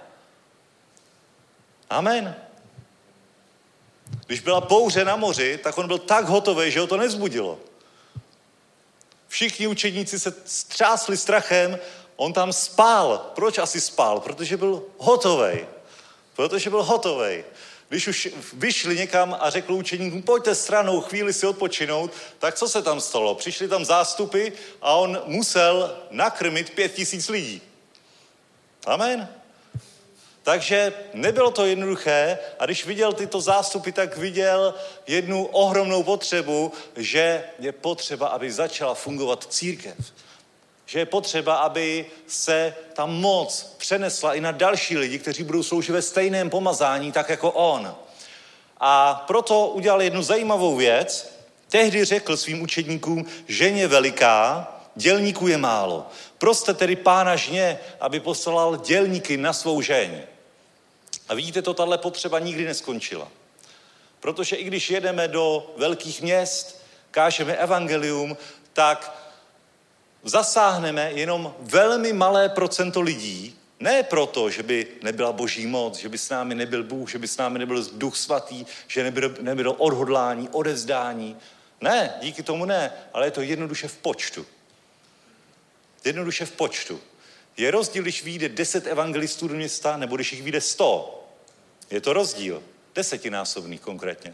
Amen. Když byla bouře na moři, tak on byl tak hotový, že ho to nezbudilo. Všichni učedníci se střásli strachem, on tam spál. Proč asi spál? Protože byl hotovej. Protože byl hotovej. Když už vyšli někam a řekl učeníkům, pojďte stranou chvíli si odpočinout, tak co se tam stalo? Přišli tam zástupy a on musel nakrmit pět tisíc lidí. Amen. Takže nebylo to jednoduché a když viděl tyto zástupy, tak viděl jednu ohromnou potřebu, že je potřeba, aby začala fungovat církev. Že je potřeba, aby se ta moc přenesla i na další lidi, kteří budou sloužit ve stejném pomazání, tak jako on. A proto udělal jednu zajímavou věc. Tehdy řekl svým učedníkům, ženě veliká, dělníků je málo. Proste tedy pána žně, aby poslal dělníky na svou žeň. A vidíte, to tahle potřeba nikdy neskončila. Protože i když jedeme do velkých měst, kážeme evangelium, tak zasáhneme jenom velmi malé procento lidí, ne proto, že by nebyla boží moc, že by s námi nebyl Bůh, že by s námi nebyl Duch Svatý, že nebylo, nebylo odhodlání, odevzdání. Ne, díky tomu ne, ale je to jednoduše v počtu. Jednoduše v počtu. Je rozdíl, když vyjde deset evangelistů do města, nebo když jich vyjde sto. Je to rozdíl. Desetinásobný konkrétně.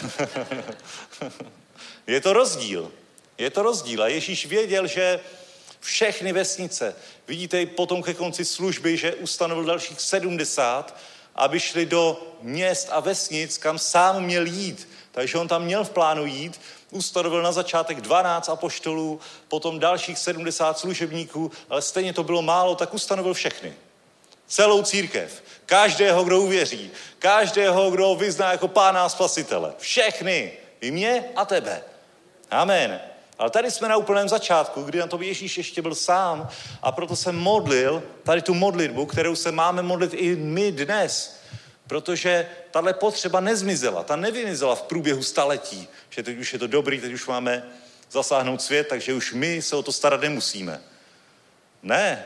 Je to rozdíl. Je to rozdíl. A Ježíš věděl, že Všechny vesnice. Vidíte i potom ke konci služby, že ustanovil dalších sedmdesát, aby šli do měst a vesnic, kam sám měl jít. Takže on tam měl v plánu jít, ustanovil na začátek dvanáct apoštolů, potom dalších sedmdesát služebníků, ale stejně to bylo málo, tak ustanovil všechny. Celou církev, každého, kdo uvěří, každého, kdo vyzná jako Pána a Spasitele. Všechny, i mě a tebe. Amen. Ale tady jsme na úplném začátku, kdy na to Ježíš ještě byl sám a proto se modlil tady tu modlitbu, kterou se máme modlit i my dnes. Protože tahle potřeba nezmizela, ta nevymizela v průběhu staletí, že teď už je to dobrý, teď už máme zasáhnout svět, takže už my se o to starat nemusíme. Ne.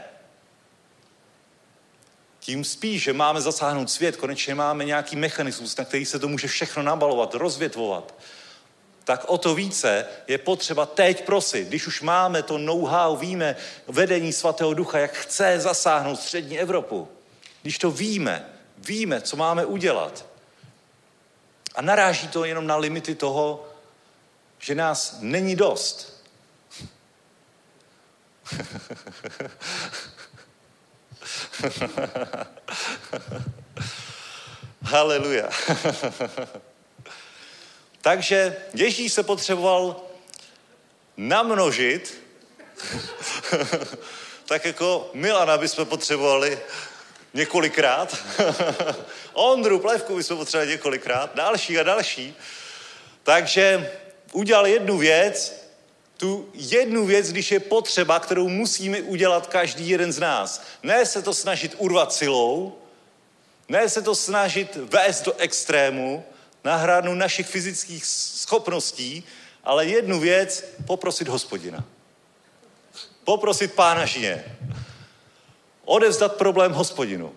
Tím spíš, že máme zasáhnout svět, konečně máme nějaký mechanismus, na který se to může všechno nabalovat, rozvětvovat. Tak o to více je potřeba teď prosit, když už máme to know-how, víme vedení Svatého Ducha, jak chce zasáhnout střední Evropu. Když to víme, víme, co máme udělat. A naráží to jenom na limity toho, že nás není dost. Haleluja. Takže Ježíš se potřeboval namnožit, tak jako Milana bychom potřebovali několikrát. Ondru Plevku bychom potřebovali několikrát, další a další. Takže udělal jednu věc, tu jednu věc, když je potřeba, kterou musíme udělat každý jeden z nás. Ne se to snažit urvat silou, ne se to snažit vést do extrému, nahrádnout našich fyzických schopností, ale jednu věc, poprosit Hospodina. Poprosit Pána žně. Odevzdat problém Hospodinu.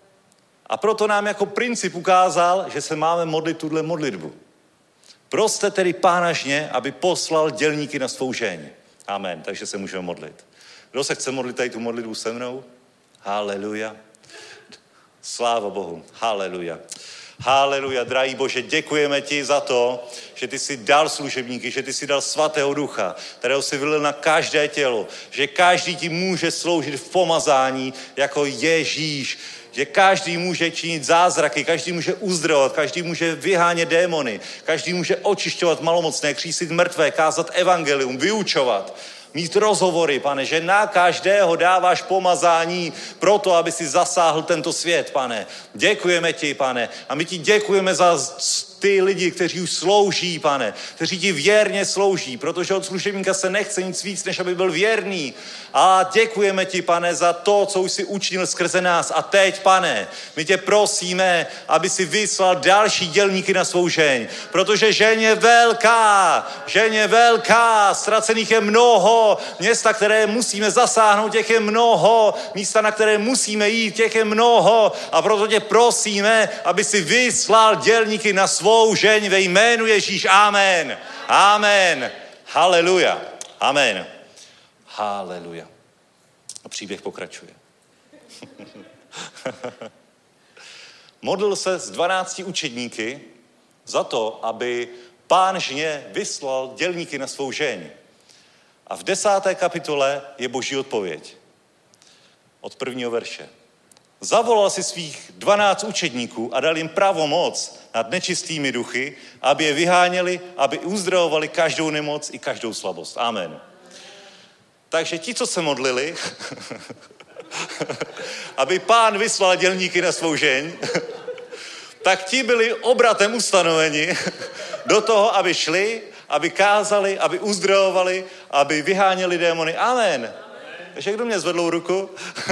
A proto nám jako princip ukázal, že se máme modlit tuhle modlitbu. Proste tedy Pána žně, aby poslal dělníky na svou žeň. Amen. Takže se můžeme modlit. Kdo se chce modlit tady tu modlitbu se mnou? Haleluja. Sláva Bohu. Haleluja. Haleluja, drahý Bože, děkujeme ti za to, že ty jsi dal služebníky, že ty jsi dal Svatého Ducha, kterého jsi vylil na každé tělo, že každý ti může sloužit v pomazání jako Ježíš, že každý může činit zázraky, každý může uzdravovat, každý může vyhánět démony, každý může očišťovat malomocné, křísit mrtvé, kázat evangelium, vyučovat, mít rozhovory, Pane, že na každého dáváš pomazání proto, aby si zasáhl tento svět, Pane. Děkujeme ti, Pane. A my ti děkujeme za ty lidi, kteří už slouží, Pane, kteří ti věrně slouží, protože od služebníka se nechce nic víc, než aby byl věrný. A děkujeme ti, Pane, za to, co už jsi učinil skrze nás. A teď, Pane, my tě prosíme, aby si vyslal další dělníky na svou žeň, protože žeň je velká, žeň je velká, ztracených je mnoho, města, které musíme zasáhnout, těch je mnoho, místa, na které musíme jít, těch je mnoho, a proto tě prosíme, aby si vyslal dělníky na svou žeň ve jménu Ježíš. Amen. Amen. Haleluja. Amen. Haleluja. A příběh pokračuje. Modlil se s dvanácti učedníky za to, aby Pán žně vyslal dělníky na svou žeň. A v desáté kapitole je Boží odpověď. Od prvního verše. Zavolal si svých dvanáct učedníků a dal jim pravomoc nad nečistými duchy, aby je vyháněli, aby uzdravovali každou nemoc i každou slabost. Amen. Takže ti, co se modlili, aby Pán vyslal dělníky na svou žeň, tak ti byli obratem ustanoveni do toho, aby šli, aby kázali, aby uzdravovali, aby vyháněli démony. Amen. Takže kdo mě zvedl ruku?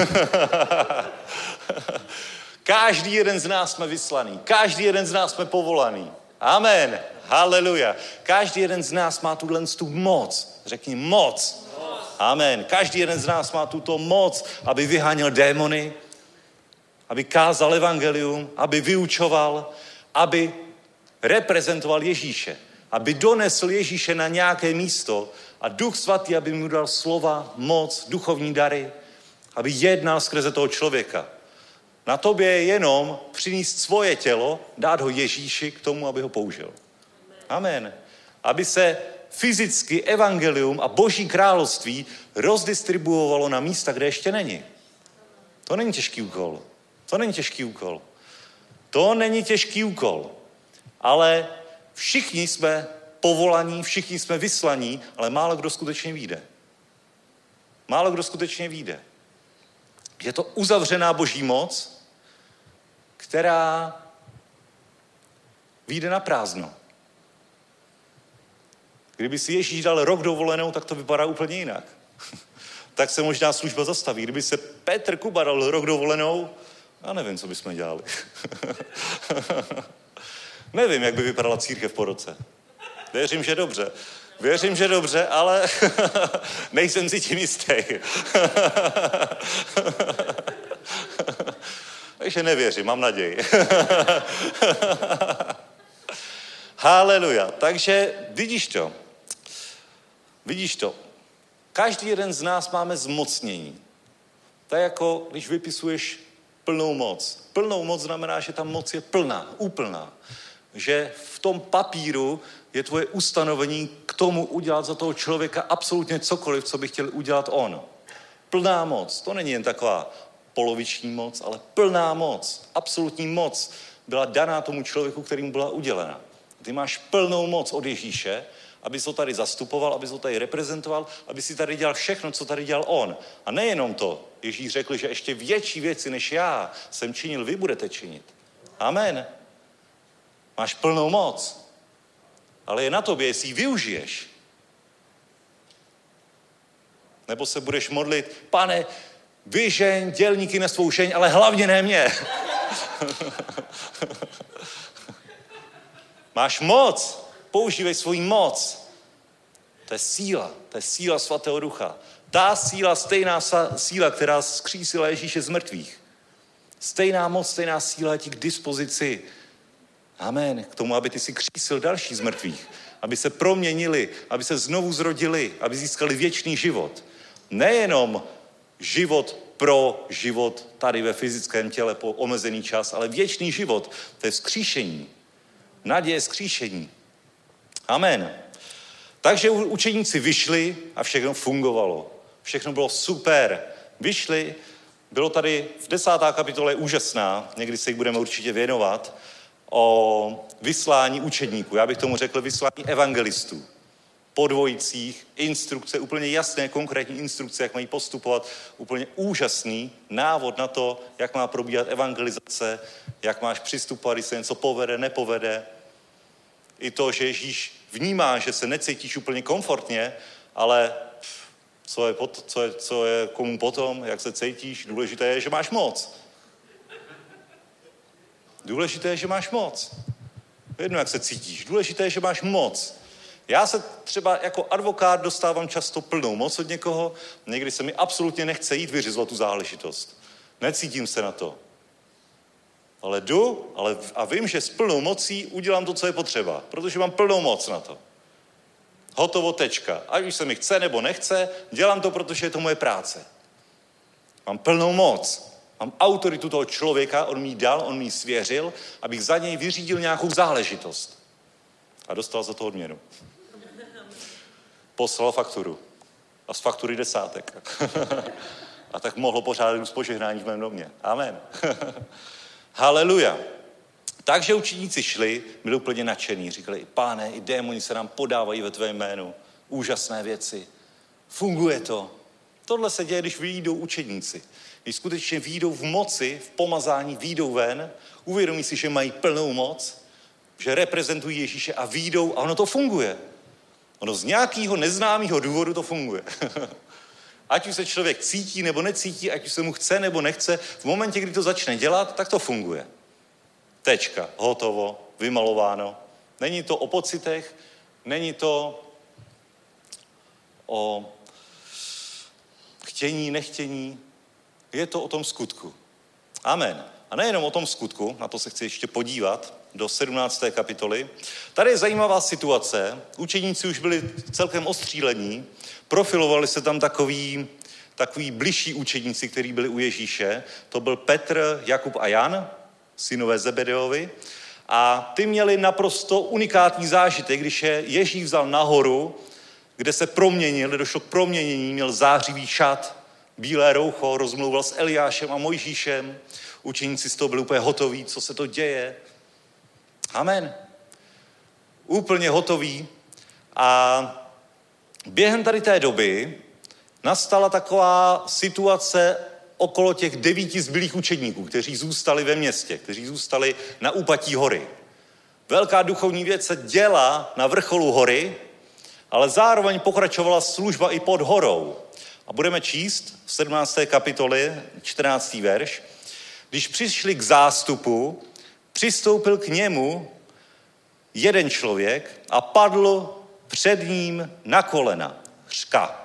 Každý jeden z nás jsme vyslaný. Každý jeden z nás jsme povolaný. Amen. Haleluja. Každý jeden z nás má tuhle tu moc. Řekni moc. Amen. Každý jeden z nás má tuto moc, aby vyháněl démony, aby kázal evangelium, aby vyučoval, aby reprezentoval Ježíše, aby donesl Ježíše na nějaké místo a Duch Svatý, aby mu dal slova, moc, duchovní dary, aby jednal skrze toho člověka. Na tobě je jenom přinést svoje tělo, dát ho Ježíši k tomu, aby ho použil. Amen. Aby se fyzicky evangelium a Boží království rozdistribuovalo na místa, kde ještě není. To není těžký úkol. To není těžký úkol. To není těžký úkol. Ale všichni jsme povolaní, všichni jsme vyslaní, ale málo kdo skutečně vyjde. Málo kdo skutečně vyjde. Je to uzavřená Boží moc, která vyjde na prázdno. Kdyby si Ježíš dal rok dovolenou, tak to vypadá úplně jinak. Tak se možná služba zastaví. Kdyby se Petr Kuba dal rok dovolenou, já nevím, co bychom dělali. Nevím, jak by vypadala církev po roce. Věřím, že dobře. Věřím, že dobře, ale nejsem si tím jistý. Takže nevěřím, mám naději. Haleluja. Takže vidíš to. Vidíš to. Každý jeden z nás máme zmocnění. To je jako, když vypisuješ plnou moc. Plnou moc znamená, že ta moc je plná, úplná. Že v tom papíru je tvoje ustanovení k tomu udělat za toho člověka absolutně cokoliv, co by chtěl udělat on. Plná moc. To není jen taková poloviční moc, ale plná moc. Absolutní moc byla daná tomu člověku, kterým byla udělena. Ty máš plnou moc od Ježíše, aby to tady zastupoval, aby to tady reprezentoval, aby si tady dělal všechno, co tady dělal on. A nejenom to. Ježíš řekl, že ještě větší věci, než já jsem činil, vy budete činit. Amen. Máš plnou moc. Ale je na tobě, jestli ji využiješ. Nebo se budeš modlit, Pane, vyžeň dělníky na svou žeň, ale hlavně ne mě. Máš moc. Používej svoji moc. To je síla. To je síla Svatého Ducha. Ta síla, stejná síla, která vzkřísila Ježíše z mrtvých. Stejná moc, stejná síla je ti k dispozici. Amen. K tomu, aby ty si křísil další z mrtvých. Aby se proměnili, aby se znovu zrodili, aby získali věčný život. Nejenom život pro život tady ve fyzickém těle po omezený čas, ale věčný život. To je vzkříšení. Naděje vzkříšení. Amen. Takže učeníci vyšli a všechno fungovalo. Všechno bylo super. Vyšli, bylo tady v desátá kapitole úžasná, někdy se jich budeme určitě věnovat, o vyslání učedníků. Já bych tomu řekl vyslání evangelistů. Po dvojicích, instrukce, úplně jasné, konkrétní instrukce, jak mají postupovat, úplně úžasný návod na to, jak má probíhat evangelizace, jak máš přistupovat, když se něco povede, nepovede. I to, že Ježíš vnímá, že se necítíš úplně komfortně, ale co je, pot, co je, co je komu potom, jak se cítíš, důležité je, že máš moc. Důležité je, že máš moc. Jedno, jak se cítíš. Důležité je, že máš moc. Já se třeba jako advokát dostávám často plnou moc od někoho, někdy se mi absolutně nechce jít vyřizovat tu záležitost. Necítím se na to. Ale jdu ale a vím, že s plnou mocí udělám to, co je potřeba, protože mám plnou moc na to. Hotovo, tečka. Ať už se mi chce nebo nechce, dělám to, protože je to moje práce. Mám plnou moc. Mám autoritu toho člověka, on mi dal, on mi svěřil, abych za něj vyřídil nějakou záležitost. A dostal za to odměnu. Poslal fakturu. A z faktury desátek. A tak mohlo pořádat z požehnání v mém domě. Amen. Haleluja. Takže učeníci šli, byli úplně nadšení. Říkali, Páne, i démoni se nám podávají ve tvém jménu. Úžasné věci. Funguje to. Tohle se děje, když vyjdou učeníci. Když skutečně vyjdou v moci, v pomazání, vyjdou ven, uvědomí si, že mají plnou moc, že reprezentují Ježíše a vyjdou a ono to funguje. Ono z nějakého neznámého důvodu to funguje. Ať už se člověk cítí nebo necítí, ať už se mu chce nebo nechce, v momentě, kdy to začne dělat, tak to funguje. Tečka, hotovo, vymalováno. Není to o pocitech, není to o chtění, nechtění, je to o tom skutku. Amen. A nejenom o tom skutku, na to se chci ještě podívat, do sedmnácté kapitoly. Tady je zajímavá situace. Učeníci už byli celkem ostřílení, profilovali se tam takový, takový bližší učeníci, kteří byli u Ježíše. To byl Petr, Jakub a Jan, synové Zebedeovi. A ty měli naprosto unikátní zážitek, když je Ježíš vzal nahoru, kde se proměnil, kde došlo k proměnění, měl zářivý šat, bílé roucho, rozmlouval s Eliášem a Mojžíšem. Učeníci z toho byli úplně hotoví, co se to děje. Amen. Úplně hotoví. A během tady té doby nastala taková situace okolo těch devíti zbylých učedníků, kteří zůstali ve městě, kteří zůstali na úpatí hory. Velká duchovní věc se děla na vrcholu hory, ale zároveň pokračovala služba i pod horou. A budeme číst v sedmnácté kapitole, čtrnáctý verš. Když přišli k zástupu, přistoupil k němu jeden člověk a padl před ním na kolena. Řka: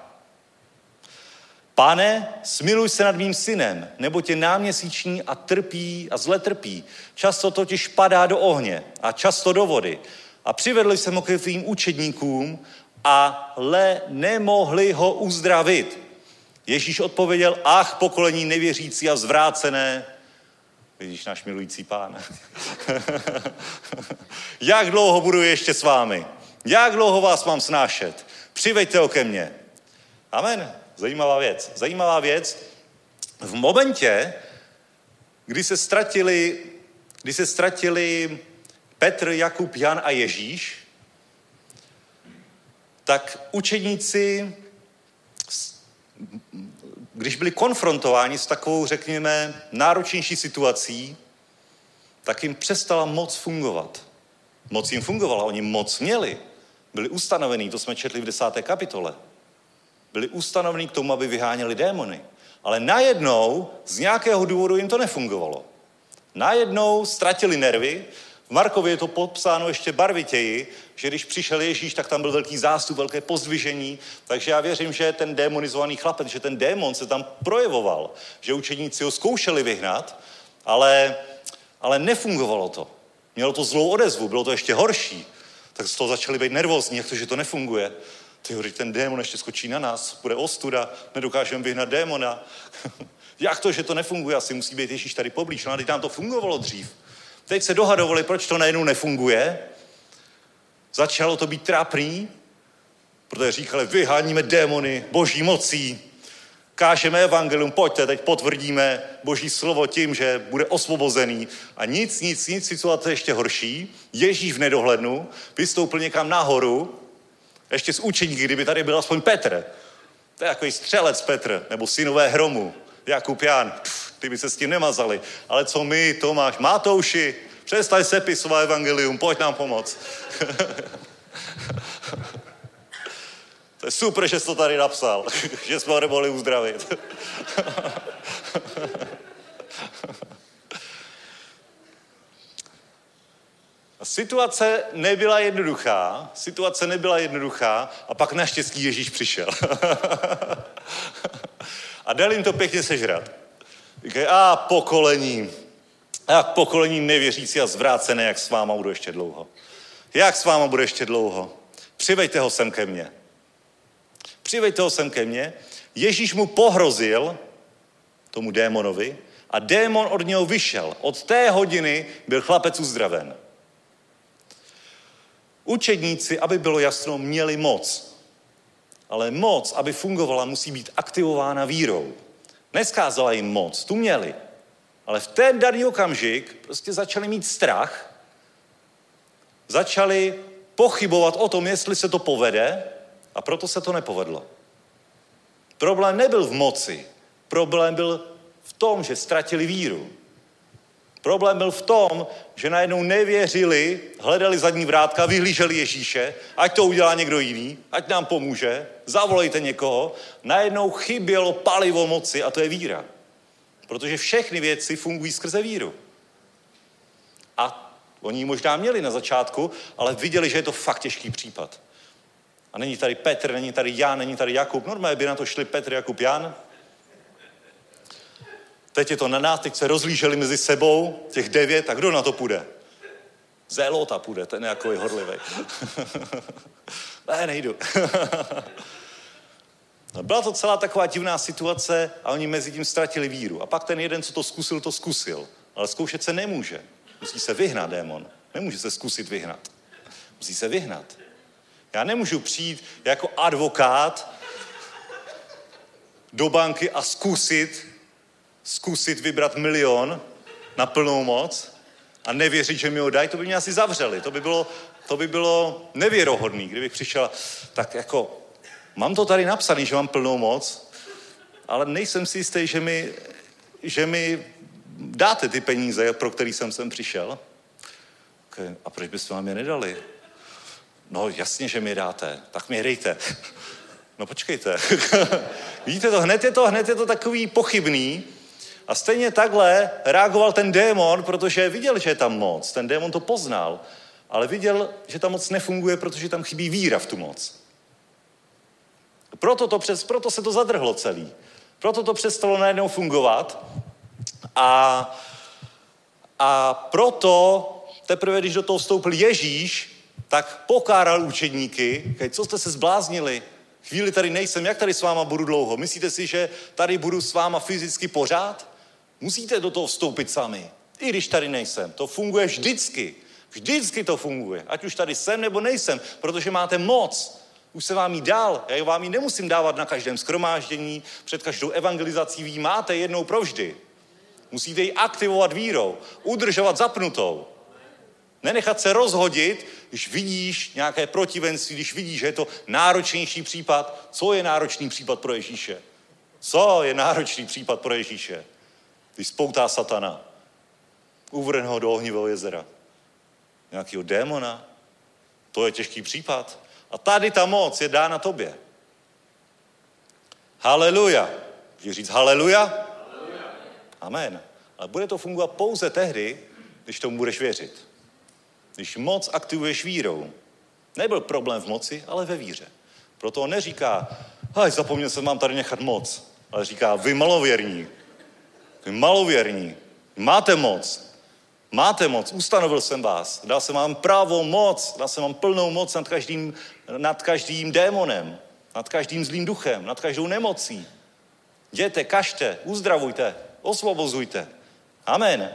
Pane, smiluj se nad mým synem, neboť je náměsíční a trpí a zle trpí. Často totiž padá do ohně a často do vody. A přivedli jsem ho ke tvým učedníkům, ale nemohli ho uzdravit. Ježíš odpověděl: ach, pokolení nevěřící a zvrácené. Vidíš, náš milující Pán. Jak dlouho budu ještě s vámi? Jak dlouho vás mám snášet? Přiveďte ho ke mně. Amen. Zajímavá věc. Zajímavá věc. V momentě, kdy se ztratili, kdy se ztratili Petr, Jakub, Jan a Ježíš, tak učedníci, když byli konfrontováni s takovou, řekněme, náročnější situací, tak jim přestala moc fungovat. Moc jim fungovala, oni moc měli. Byli ustanovení, to jsme četli v desáté kapitole. Byli ustanovení k tomu, aby vyháněli démony. Ale najednou z nějakého důvodu jim to nefungovalo. Najednou ztratili nervy. V Markově je to popsáno ještě barvitěji, že když přišel Ježíš, tak tam byl velký zástup, velké pozdvižení. Takže já věřím, že ten démonizovaný chlapec, že ten démon se tam projevoval, že učeníci ho zkoušeli vyhnat, ale, ale nefungovalo to. Mělo to zlou odezvu, bylo to ještě horší. Tak z toho začali být nervózní, jak to, že to nefunguje. Tyjo, ten démon ještě skočí na nás, bude ostuda, nedokážeme vyhnat démona. Jak to, že to nefunguje? Asi musí být Ježíš tady poblíž. No a teď nám to fungovalo dřív. Teď se dohadovali, proč to najednou nefunguje. Začalo to být trápný, protože říkali, vyháníme démony boží mocí, kážeme evangelium, pojďte, teď potvrdíme boží slovo tím, že bude osvobozený. A nic, nic, nic, situace ještě horší. Ježíš v nedohlednu vystoupil někam nahoru, ještě z učeníky, kdyby tady byl aspoň Petr. To je takový střelec Petr, nebo synové hromu, Jakub, Jan. Pff, ty by se s tím nemazali. Ale co my, Tomáš, Matouši, přestaň sepisovat evangelium, pojď nám pomoct. To je super, že jsi to tady napsal, že jsme ho nemohli uzdravit. A situace nebyla jednoduchá, situace nebyla jednoduchá a pak naštěstí Ježíš přišel. A dal jim to pěkně sežrat. Říkají, a pokolení, a pokolení nevěřící a zvrácené, jak s váma budu ještě dlouho. Jak s váma budu ještě dlouho. Přiveďte ho sem ke mně. Přiveďte ho sem ke mně. Ježíš mu pohrozil, tomu démonovi, a démon od něho vyšel. Od té hodiny byl chlapec uzdraven. Učedníci, aby bylo jasno, měli moc. Ale moc, aby fungovala, musí být aktivována vírou. Neskázala jim moc, tu měli. Ale v ten daný okamžik prostě začali mít strach, začali pochybovat o tom, jestli se to povede, a proto se to nepovedlo. Problém nebyl v moci, problém byl v tom, že ztratili víru. Problém byl v tom, že najednou nevěřili, hledali zadní vrátka, vyhlíželi Ježíše, ať to udělá někdo jiný, ať nám pomůže, zavolejte někoho. Najednou chybělo palivo moci a to je víra. Protože všechny věci fungují skrze víru. A oni ji možná měli na začátku, ale viděli, že je to fakt těžký případ. A není tady Petr, není tady Jan, není tady Jakub. Normálně by na to šli Petr, Jakub, Jan. Teď je to na nás, teď se rozlíželi mezi sebou, těch devět, a kdo na to půjde? Zélota půjde, ten je takový horlivý. Ne, nejdu. Byla to celá taková divná situace a oni mezi tím ztratili víru. A pak ten jeden, co to zkusil, to zkusil. Ale zkoušet se nemůže. Musí se vyhnat démon. Nemůže se zkusit vyhnat. Musí se vyhnat. Já nemůžu přijít jako advokát do banky a zkusit, zkusit vybrat milion na plnou moc a nevěřit, že mi ho dají, to by mě asi zavřeli. To by bylo, to by bylo nevěrohodný, kdybych přišel, tak jako, mám to tady napsaný, že mám plnou moc, ale nejsem si jistý, že mi, že mi dáte ty peníze, pro který jsem sem přišel. Okay. A proč byste vám je nedali? No jasně, že mi je dáte, tak mi je dejte. No počkejte. Vidíte to, hned je to, hned je to takový pochybný. A stejně takhle reagoval ten démon, protože viděl, že je tam moc. Ten démon to poznal, ale viděl, že ta moc nefunguje, protože tam chybí víra v tu moc. Proto, to přes, proto se to zadrhlo celý. Proto to přestalo najednou fungovat. A, a proto teprve, když do toho vstoupil Ježíš, tak pokáral učedníky, co jste se zbláznili? Chvíli tady nejsem, jak tady s váma budu dlouho? Myslíte si, že tady budu s váma fyzicky pořád? Musíte do toho vstoupit sami, i když tady nejsem. To funguje vždycky. Vždycky to funguje. Ať už tady jsem nebo nejsem, protože máte moc. Už se vám jí dal. Já vám ji nemusím dávat na každém shromáždění, před každou evangelizací. Vy ji máte jednou provždy. Musíte ji aktivovat vírou, udržovat zapnutou. Nenechat se rozhodit, když vidíš nějaké protivenství, když vidíš, že je to náročnější případ. Co je náročný případ pro Ježíše? Co je náročný případ pro Ježíše? Když spoutá satana, uvrhne ho do ohnivého jezera. Nějakého démona. To je těžký případ. A tady ta moc je dána tobě. Haleluja. Můžeš říct haleluja? Haleluja. Amen. Ale bude to fungovat pouze tehdy, když tomu budeš věřit. Když moc aktivuješ vírou. Nebyl problém v moci, ale ve víře. Proto on neříká, hej, zapomněl jsem vám tady nechat moc. Ale říká, vy malověrní. Vy malověrní. Máte moc. Máte moc. Ustanovil jsem vás. Dal jsem vám právo moc. Dal jsem vám plnou moc nad každým, nad každým démonem. Nad každým zlým duchem. Nad každou nemocí. Jděte, kažte, uzdravujte, osvobozujte. Amen.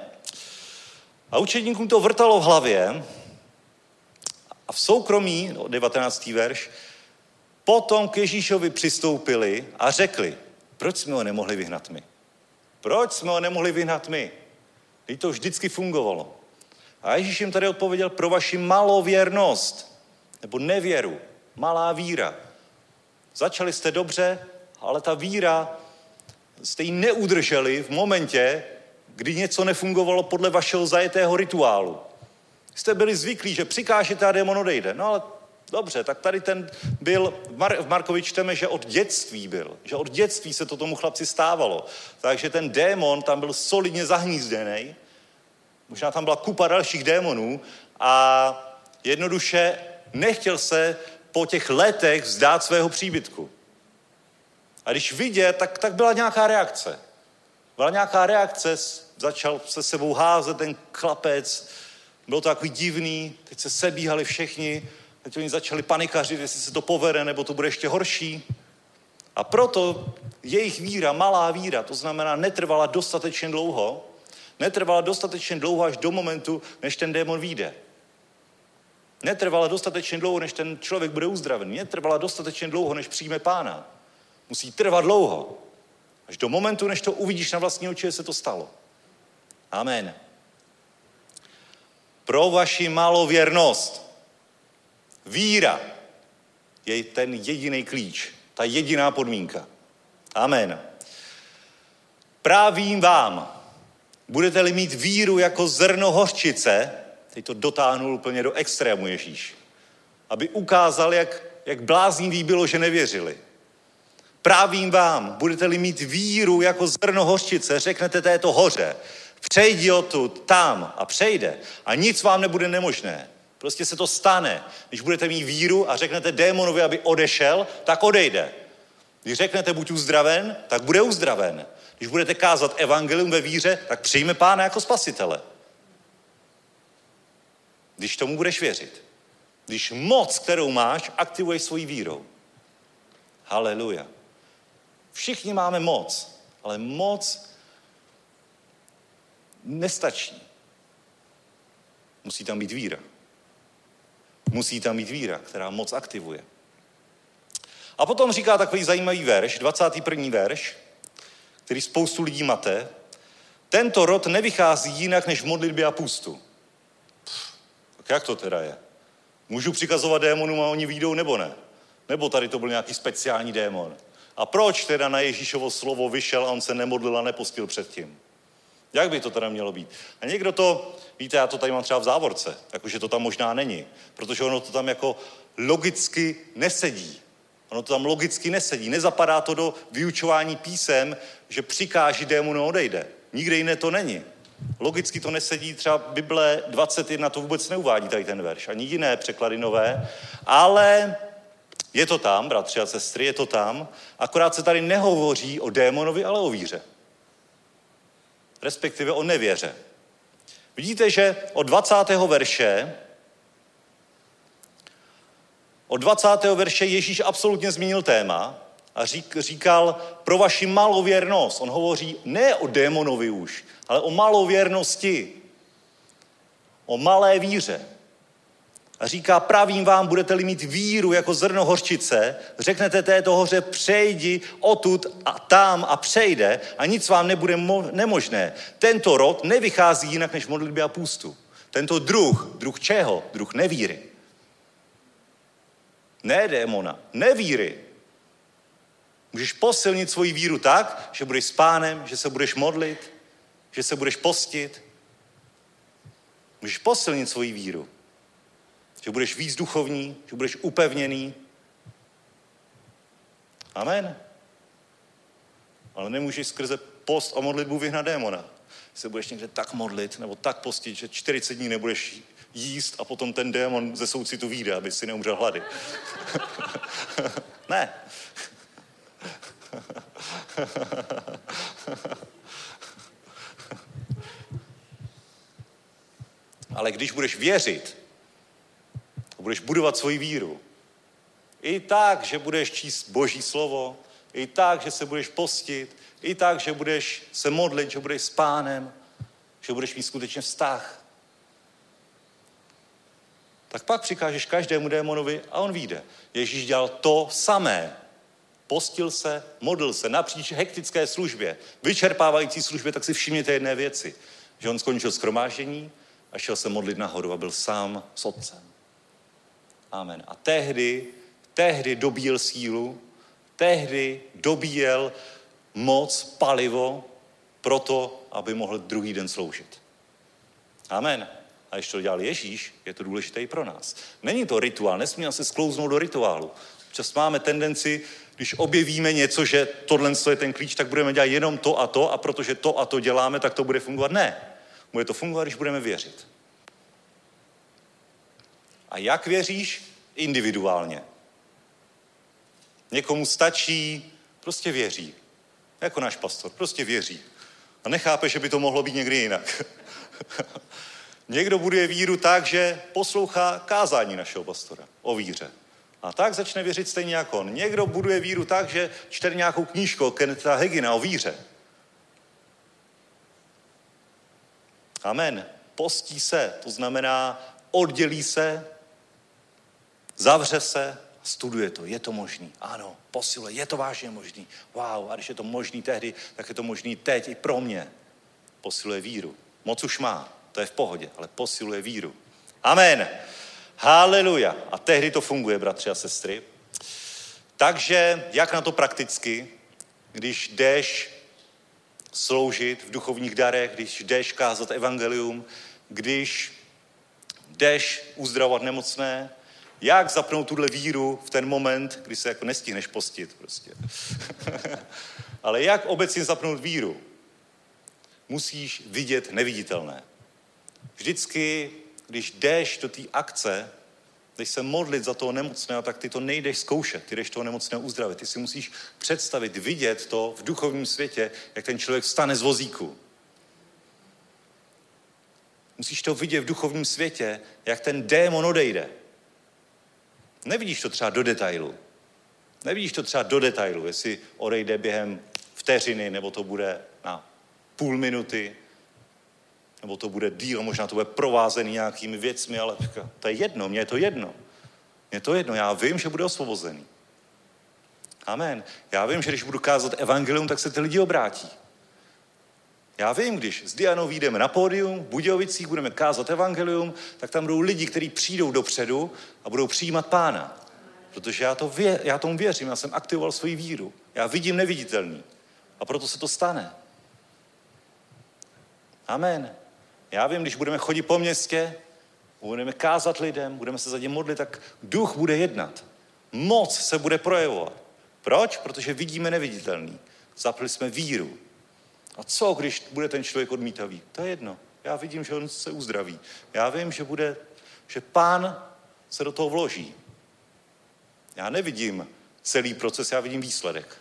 A učedníkům to vrtalo v hlavě a v soukromí, no, devatenáctý verš, potom k Ježíšovi přistoupili a řekli, proč jsme ho nemohli vyhnat my? Proč jsme ho nemohli vyhnat my? Když to vždycky fungovalo. A Ježíš jim tady odpověděl, pro vaši malověrnost, nebo nevěru, malá víra. Začali jste dobře, ale ta víra jste ji neudrželi v momentě, kdy něco nefungovalo podle vašeho zajetého rituálu. Jste byli zvyklí, že přikážete a démon odejde. No ale dobře, tak tady ten byl, v, Mar- v Markovi čteme, že od dětství byl. Že od dětství se to tomu chlapci stávalo. Takže ten démon tam byl solidně zahnízdený. Možná tam byla kupa dalších démonů a jednoduše nechtěl se po těch letech vzdát svého příbytku. A když vidět, tak, tak byla nějaká reakce. Byla nějaká reakce, začal se sebou házet ten chlapec, bylo to takový divný, teď se sebíhali všichni, teď oni začali panikařit, jestli se to povede, nebo to bude ještě horší. A proto jejich víra, malá víra, to znamená netrvala dostatečně dlouho, netrvala dostatečně dlouho až do momentu, než ten démon vyjde. Netrvala dostatečně dlouho, než ten člověk bude uzdraven. Netrvala dostatečně dlouho, než přijme Pána. Musí trvat dlouho. Až do momentu, než to uvidíš na vlastní oči, že se to stalo. Amen. Pro vaši malověrnost. Víra je ten jediný klíč, ta jediná podmínka. Amen. Právím vám, budete-li mít víru jako zrno hořčice, teď to dotáhnul úplně do extrému Ježíš, aby ukázal, jak, jak bláznivý bylo, že nevěřili. Právím vám, budete-li mít víru jako zrno hořčice, řeknete této hoře, přejdi odtud tam a přejde a nic vám nebude nemožné. Prostě se to stane. Když budete mít víru a řeknete démonovi, aby odešel, tak odejde. Když řeknete buď uzdraven, tak bude uzdraven. Když budete kázat evangelium ve víře, tak přijme Pána jako spasitele. Když tomu budeš věřit. Když moc, kterou máš, aktivuješ svojí vírou. Haleluja. Všichni máme moc, ale moc nestačí. Musí tam být víra. Musí tam být víra, která moc aktivuje. A potom říká takový zajímavý verš, dvacátý první verš, který spoustu lidí mate. Tento rod nevychází jinak než v modlitbě a půstu. Pff, tak jak to teda je? Můžu přikazovat démonům a oni vyjdou nebo ne? Nebo tady to byl nějaký speciální démon? A proč teda na Ježíšovo slovo vyšel a on se nemodlil a nepostil předtím? Jak by to teda mělo být? A někdo to, víte, já to tady mám třeba v závorce, jakože to tam možná není, protože ono to tam jako logicky nesedí. Ono to tam logicky nesedí. Nezapadá to do vyučování písem, že přikáží démonu odejde. Nikde jiné to není. Logicky to nesedí, třeba Bible dvacet jedna to vůbec neuvádí tady ten verš, ani jiné překlady nové, ale je to tam, bratři a sestry, je to tam, akorát se tady nehovoří o démonovi, ale o víře. Respektive o nevěře. Vidíte, že od dvacátého verše od dvacátého verše Ježíš absolutně změnil téma a řík, říkal pro vaši malověrnost. On hovoří ne o démonovi už, ale o malověrnosti. O malé víře. A říká, pravím vám, budete-li mít víru jako zrno hořčice, řeknete této hoře, přejdi odtud a tam a přejde a nic vám nebude mo- nemožné. Tento rod nevychází jinak než v modlitbě a půstu. Tento druh, druh čeho? Druh nevíry. Ne démona, nevíry. Můžeš posilnit svoji víru tak, že budeš s Pánem, že se budeš modlit, že se budeš postit. Můžeš posilnit svoji víru. Že budeš víc duchovní, že budeš upevněný. Amen. Ale nemůžeš skrze post a modlitbu vyhnat démona. Se budeš někde tak modlit, nebo tak postit, že čtyřicet dní nebudeš jíst a potom ten démon ze soucitu vyjde, aby si neumřel hlady. Ne. Ale když budeš věřit, budeš budovat svoji víru, i tak, že budeš číst Boží slovo, i tak, že se budeš postit, i tak, že budeš se modlit, že budeš s Pánem, že budeš mít skutečně vztah, tak pak přikážeš každému démonovi a on vyjde. Ježíš dělal to samé. Postil se, modlil se napříč hektické službě, vyčerpávající službě, tak si všimněte jedné věci, že on skončil shromáždění a šel se modlit nahoru a byl sám s Otcem. Amen. A tehdy, tehdy dobíjel sílu, tehdy dobíjel moc, palivo pro to, aby mohl druhý den sloužit. Amen. A když to dělal Ježíš, je to důležité i pro nás. Není to rituál, nesmíme se sklouznout do rituálu. Čas máme tendenci, když objevíme něco, že tohle je ten klíč, tak budeme dělat jenom to a to a protože to a to děláme, tak to bude fungovat. Ne. Bude to fungovat, když budeme věřit. A jak věříš? Individuálně. Někomu stačí, prostě věří. Jako náš pastor, prostě věří. A nechápe, že by to mohlo být někdy jinak. Někdo buduje víru tak, že poslouchá kázání našeho pastora o víře. A tak začne věřit stejně jako on. Někdo buduje víru tak, že čte nějakou knížku Kennetha Hagina o víře. Amen. Postí se, to znamená oddělí se, zavře se, studuje to. Je to možný? Ano, posiluje. Je to vážně možný? Wow, a když je to možný tehdy, tak je to možný teď i pro mě. Posiluje víru. Moc už má, to je v pohodě, ale posiluje víru. Amen. Haleluja. A tehdy to funguje, bratři a sestry. Takže jak na to prakticky, když jdeš sloužit v duchovních darech, když jdeš kázat evangelium, když jdeš uzdravovat nemocné, jak zapnout tuhle víru v ten moment, kdy se jako nestihneš postit prostě. Ale jak obecně zapnout víru? Musíš vidět neviditelné. Vždycky, když jdeš do té akce, jdeš se modlit za toho nemocného, tak ty to nejdeš zkoušet, ty jdeš toho nemocného uzdravit. Ty si musíš představit, vidět to v duchovním světě, jak ten člověk vstane z vozíku. Musíš to vidět v duchovním světě, jak ten démon odejde. Nevidíš to třeba do detailu. Nevidíš to třeba do detailu, jestli odejde během vteřiny, nebo to bude na půl minuty. nebo to bude díl, možná to bude provázený nějakými věcmi, ale to je jedno, mně je to jedno. Mně je to jedno, já vím, že bude osvobozený. Amen. Já vím, že když budu kázat evangelium, tak se ty lidi obrátí. Já vím, když s Dianou vyjdeme na pódium, v Budějovicích budeme kázat evangelium, tak tam budou lidi, kteří přijdou dopředu a budou přijímat Pána. Protože já, to vě, já tomu věřím, já jsem aktivoval svoji víru. Já vidím neviditelný. A proto se to stane. Amen. Já vím, když budeme chodit po městě, budeme kázat lidem, budeme se za ně modlit, tak duch bude jednat. Moc se bude projevovat. Proč? Protože vidíme neviditelný. Zapli jsme víru. A co, když bude ten člověk odmítavý? To je jedno. Já vidím, že on se uzdraví. Já vím, že bude, že Pán se do toho vloží. Já nevidím celý proces, já vidím výsledek.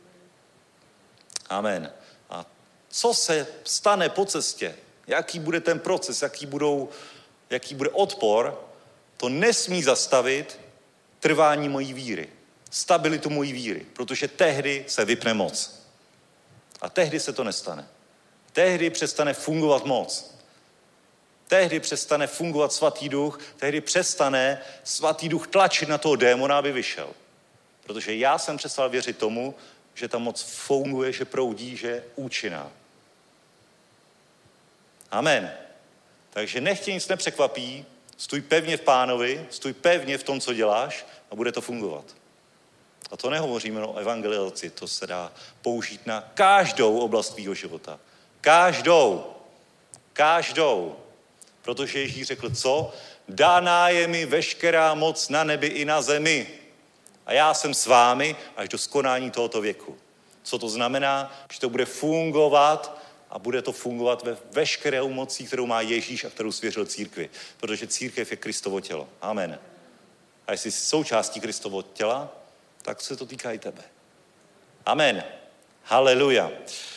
Amen. A co se stane po cestě? Jaký bude ten proces? Jaký, budou, jaký bude odpor? To nesmí zastavit trvání mojí víry. Stabilitu mojí víry. Protože tehdy se vypne moc. A tehdy se to nestane. Tehdy přestane fungovat moc. Tehdy přestane fungovat svatý duch, tehdy přestane svatý duch tlačit na toho démona, aby vyšel. Protože já jsem přestal věřit tomu, že ta moc funguje, že proudí, že je účinná. Amen. Takže nech tě nic nepřekvapí, stůj pevně v Pánovi, stůj pevně v tom, co děláš a bude to fungovat. A to nehovoříme o evangelizaci, to se dá použít na každou oblast tvýho života. Každou. Každou. Protože Ježíš řekl, co? Dána je mi veškerá moc na nebi i na zemi. A já jsem s vámi až do skonání tohoto věku. Co to znamená? Že to bude fungovat a bude to fungovat ve veškeré mocí, kterou má Ježíš a kterou svěřil církvi. Protože církev je Kristovo tělo. Amen. A jestli jsi součástí Kristovo těla, tak se to týká i tebe. Amen. Haleluja.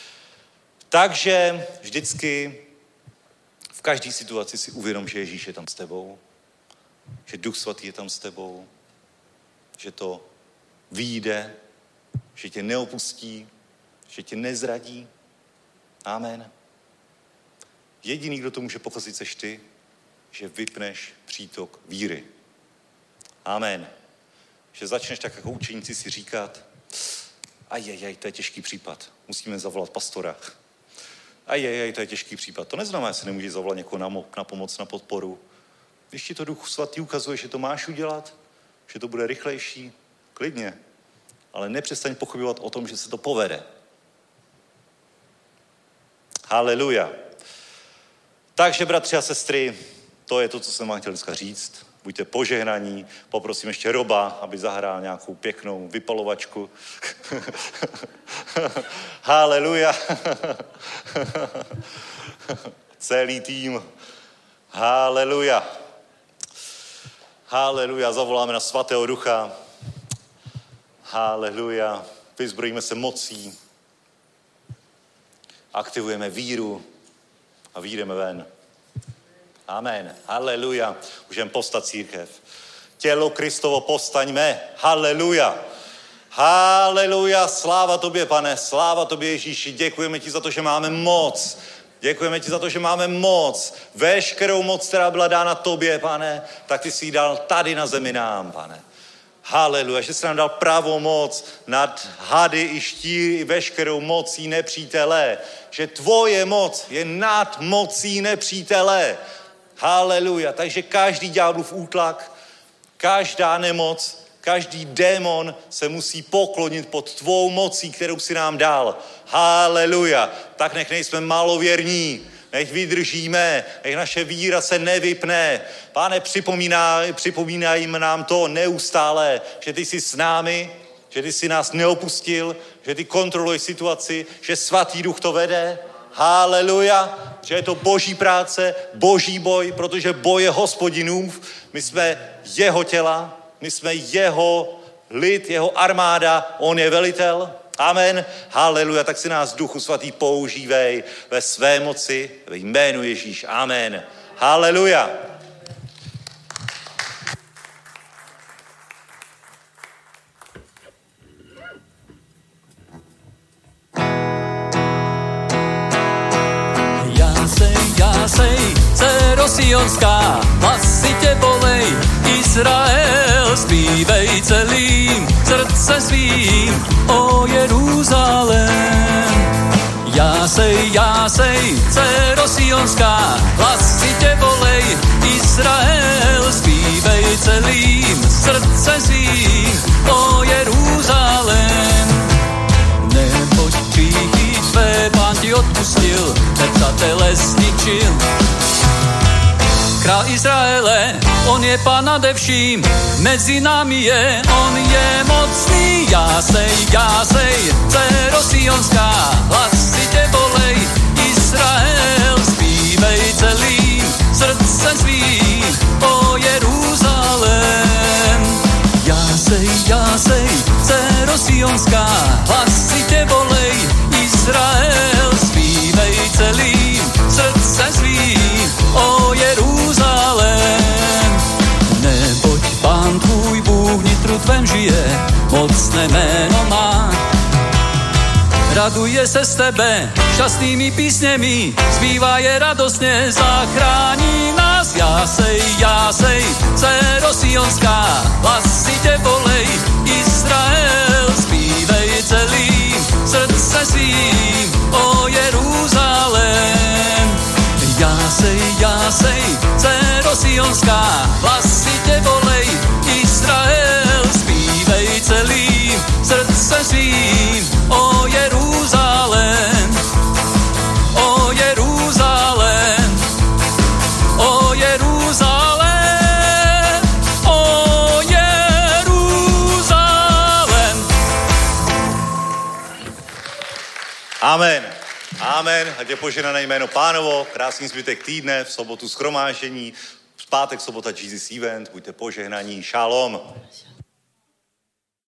Takže vždycky v každé situaci si uvědom, že Ježíš je tam s tebou, že Duch Svatý je tam s tebou, že to vyjde, že tě neopustí, že tě nezradí. Amen. Jediný, kdo to může pokazit, seš ty, že vypneš přítok víry. Amen. Že začneš tak jako učeníci si říkat, ajajaj, to je těžký případ, musíme zavolat pastora. Ajajaj, to je těžký případ. To neznamená, že se nemůžeš zavolat někoho na, mo- na pomoc, na podporu. Když ti to Duch Svatý ukazuje, že to máš udělat, že to bude rychlejší, klidně. Ale nepřestaň pochybovat o tom, že se to povede. Haleluja. Takže, bratři a sestry, to je to, co jsem vám chtěl dneska říct. Buďte požehnaní. Poprosím ještě Roba, aby zahrál nějakou pěknou vypalovačku. Haleluja. Celý tým. Haleluja. Haleluja. Zavoláme na Svatého Ducha. Haleluja. Vyzbrojíme se mocí. Aktivujeme víru a vyjdeme ven. Amen. Haleluja. Můžeme povstat církev. Tělo Kristovo povstaňme. Haleluja. Haleluja. Sláva tobě, Pane. Sláva tobě, Ježíši. Děkujeme ti za to, že máme moc. Děkujeme ti za to, že máme moc. Veškerou moc, která byla dána tobě, Pane, tak ty jsi ji dal tady na zemi nám, Pane. Haleluja, že jsi nám dal pravomoc nad hady i štíry i veškerou mocí nepřítele. Že tvoje moc je nad mocí nepřítele. Haleluja, takže každý ďáblův útlak, každá nemoc, každý démon se musí poklonit pod tvou mocí, kterou si nám dal. Haleluja, tak nech nejsme malověrní, nech vydržíme, nech naše víra se nevypne. Pane, připomíná, připomínají nám to neustále, že ty jsi s námi, že ty jsi nás neopustil, že ty kontroluješ situaci, že Svatý Duch to vede. Haleluja, že je to boží práce, boží boj, protože boj je Hospodinův. My jsme jeho těla, my jsme jeho lid, jeho armáda, on je velitel. Amen. Haleluja, tak si nás Duchu Svatý používej ve své moci, ve jménu Ježíš. Amen. Haleluja. Já se, já se dcero Sionská, hlasitě volej, Izrael, zpívej celým srdce svým, o Jeruzalém. Jásej, jásej, dcero Sionská, hlasitě volej, Izrael, zpívej celým srdce svým, o Jeruzalém. Neboť hříchy tvé Pán ti odpustil, nepřátele zničil. Král Izraele, on je Pán nade vším, mezi námi je, on je mocný. Jásej, jásej, dcero Sionská, hlasitě volej, Izrael, zpívej celým srdcem svým, o Jeruzalém. Jásej, jásej, dcero Sionská, hlasitě volej, Izrael, zpívej celým srdcem svým, o Jeruzalém. Neboť Pán tvůj Bůh vnitru tvém žije, mocné jméno má. Raduje se z tebe šťastnými písněmi, zpívá je radostně, zachrání nás. Jásej, jásej, dcero Sionská, hlasitě volej, Izrael, zpívej celým srdce svým, o Jeruzalém. Jásej, jásej, dcero Sionská, hlasitě volej, Izrael, zpívej celým srdcem svým, o Jeruzalém, o Jeruzalém, o Jeruzalém, o Jeruzalém. Amen. Amen. Ať je poženané jméno Pánovo, krásný zbytek týdne, v sobotu shromáždění, v pátek, sobota Jesus Event, buďte požehnaní. Šalom.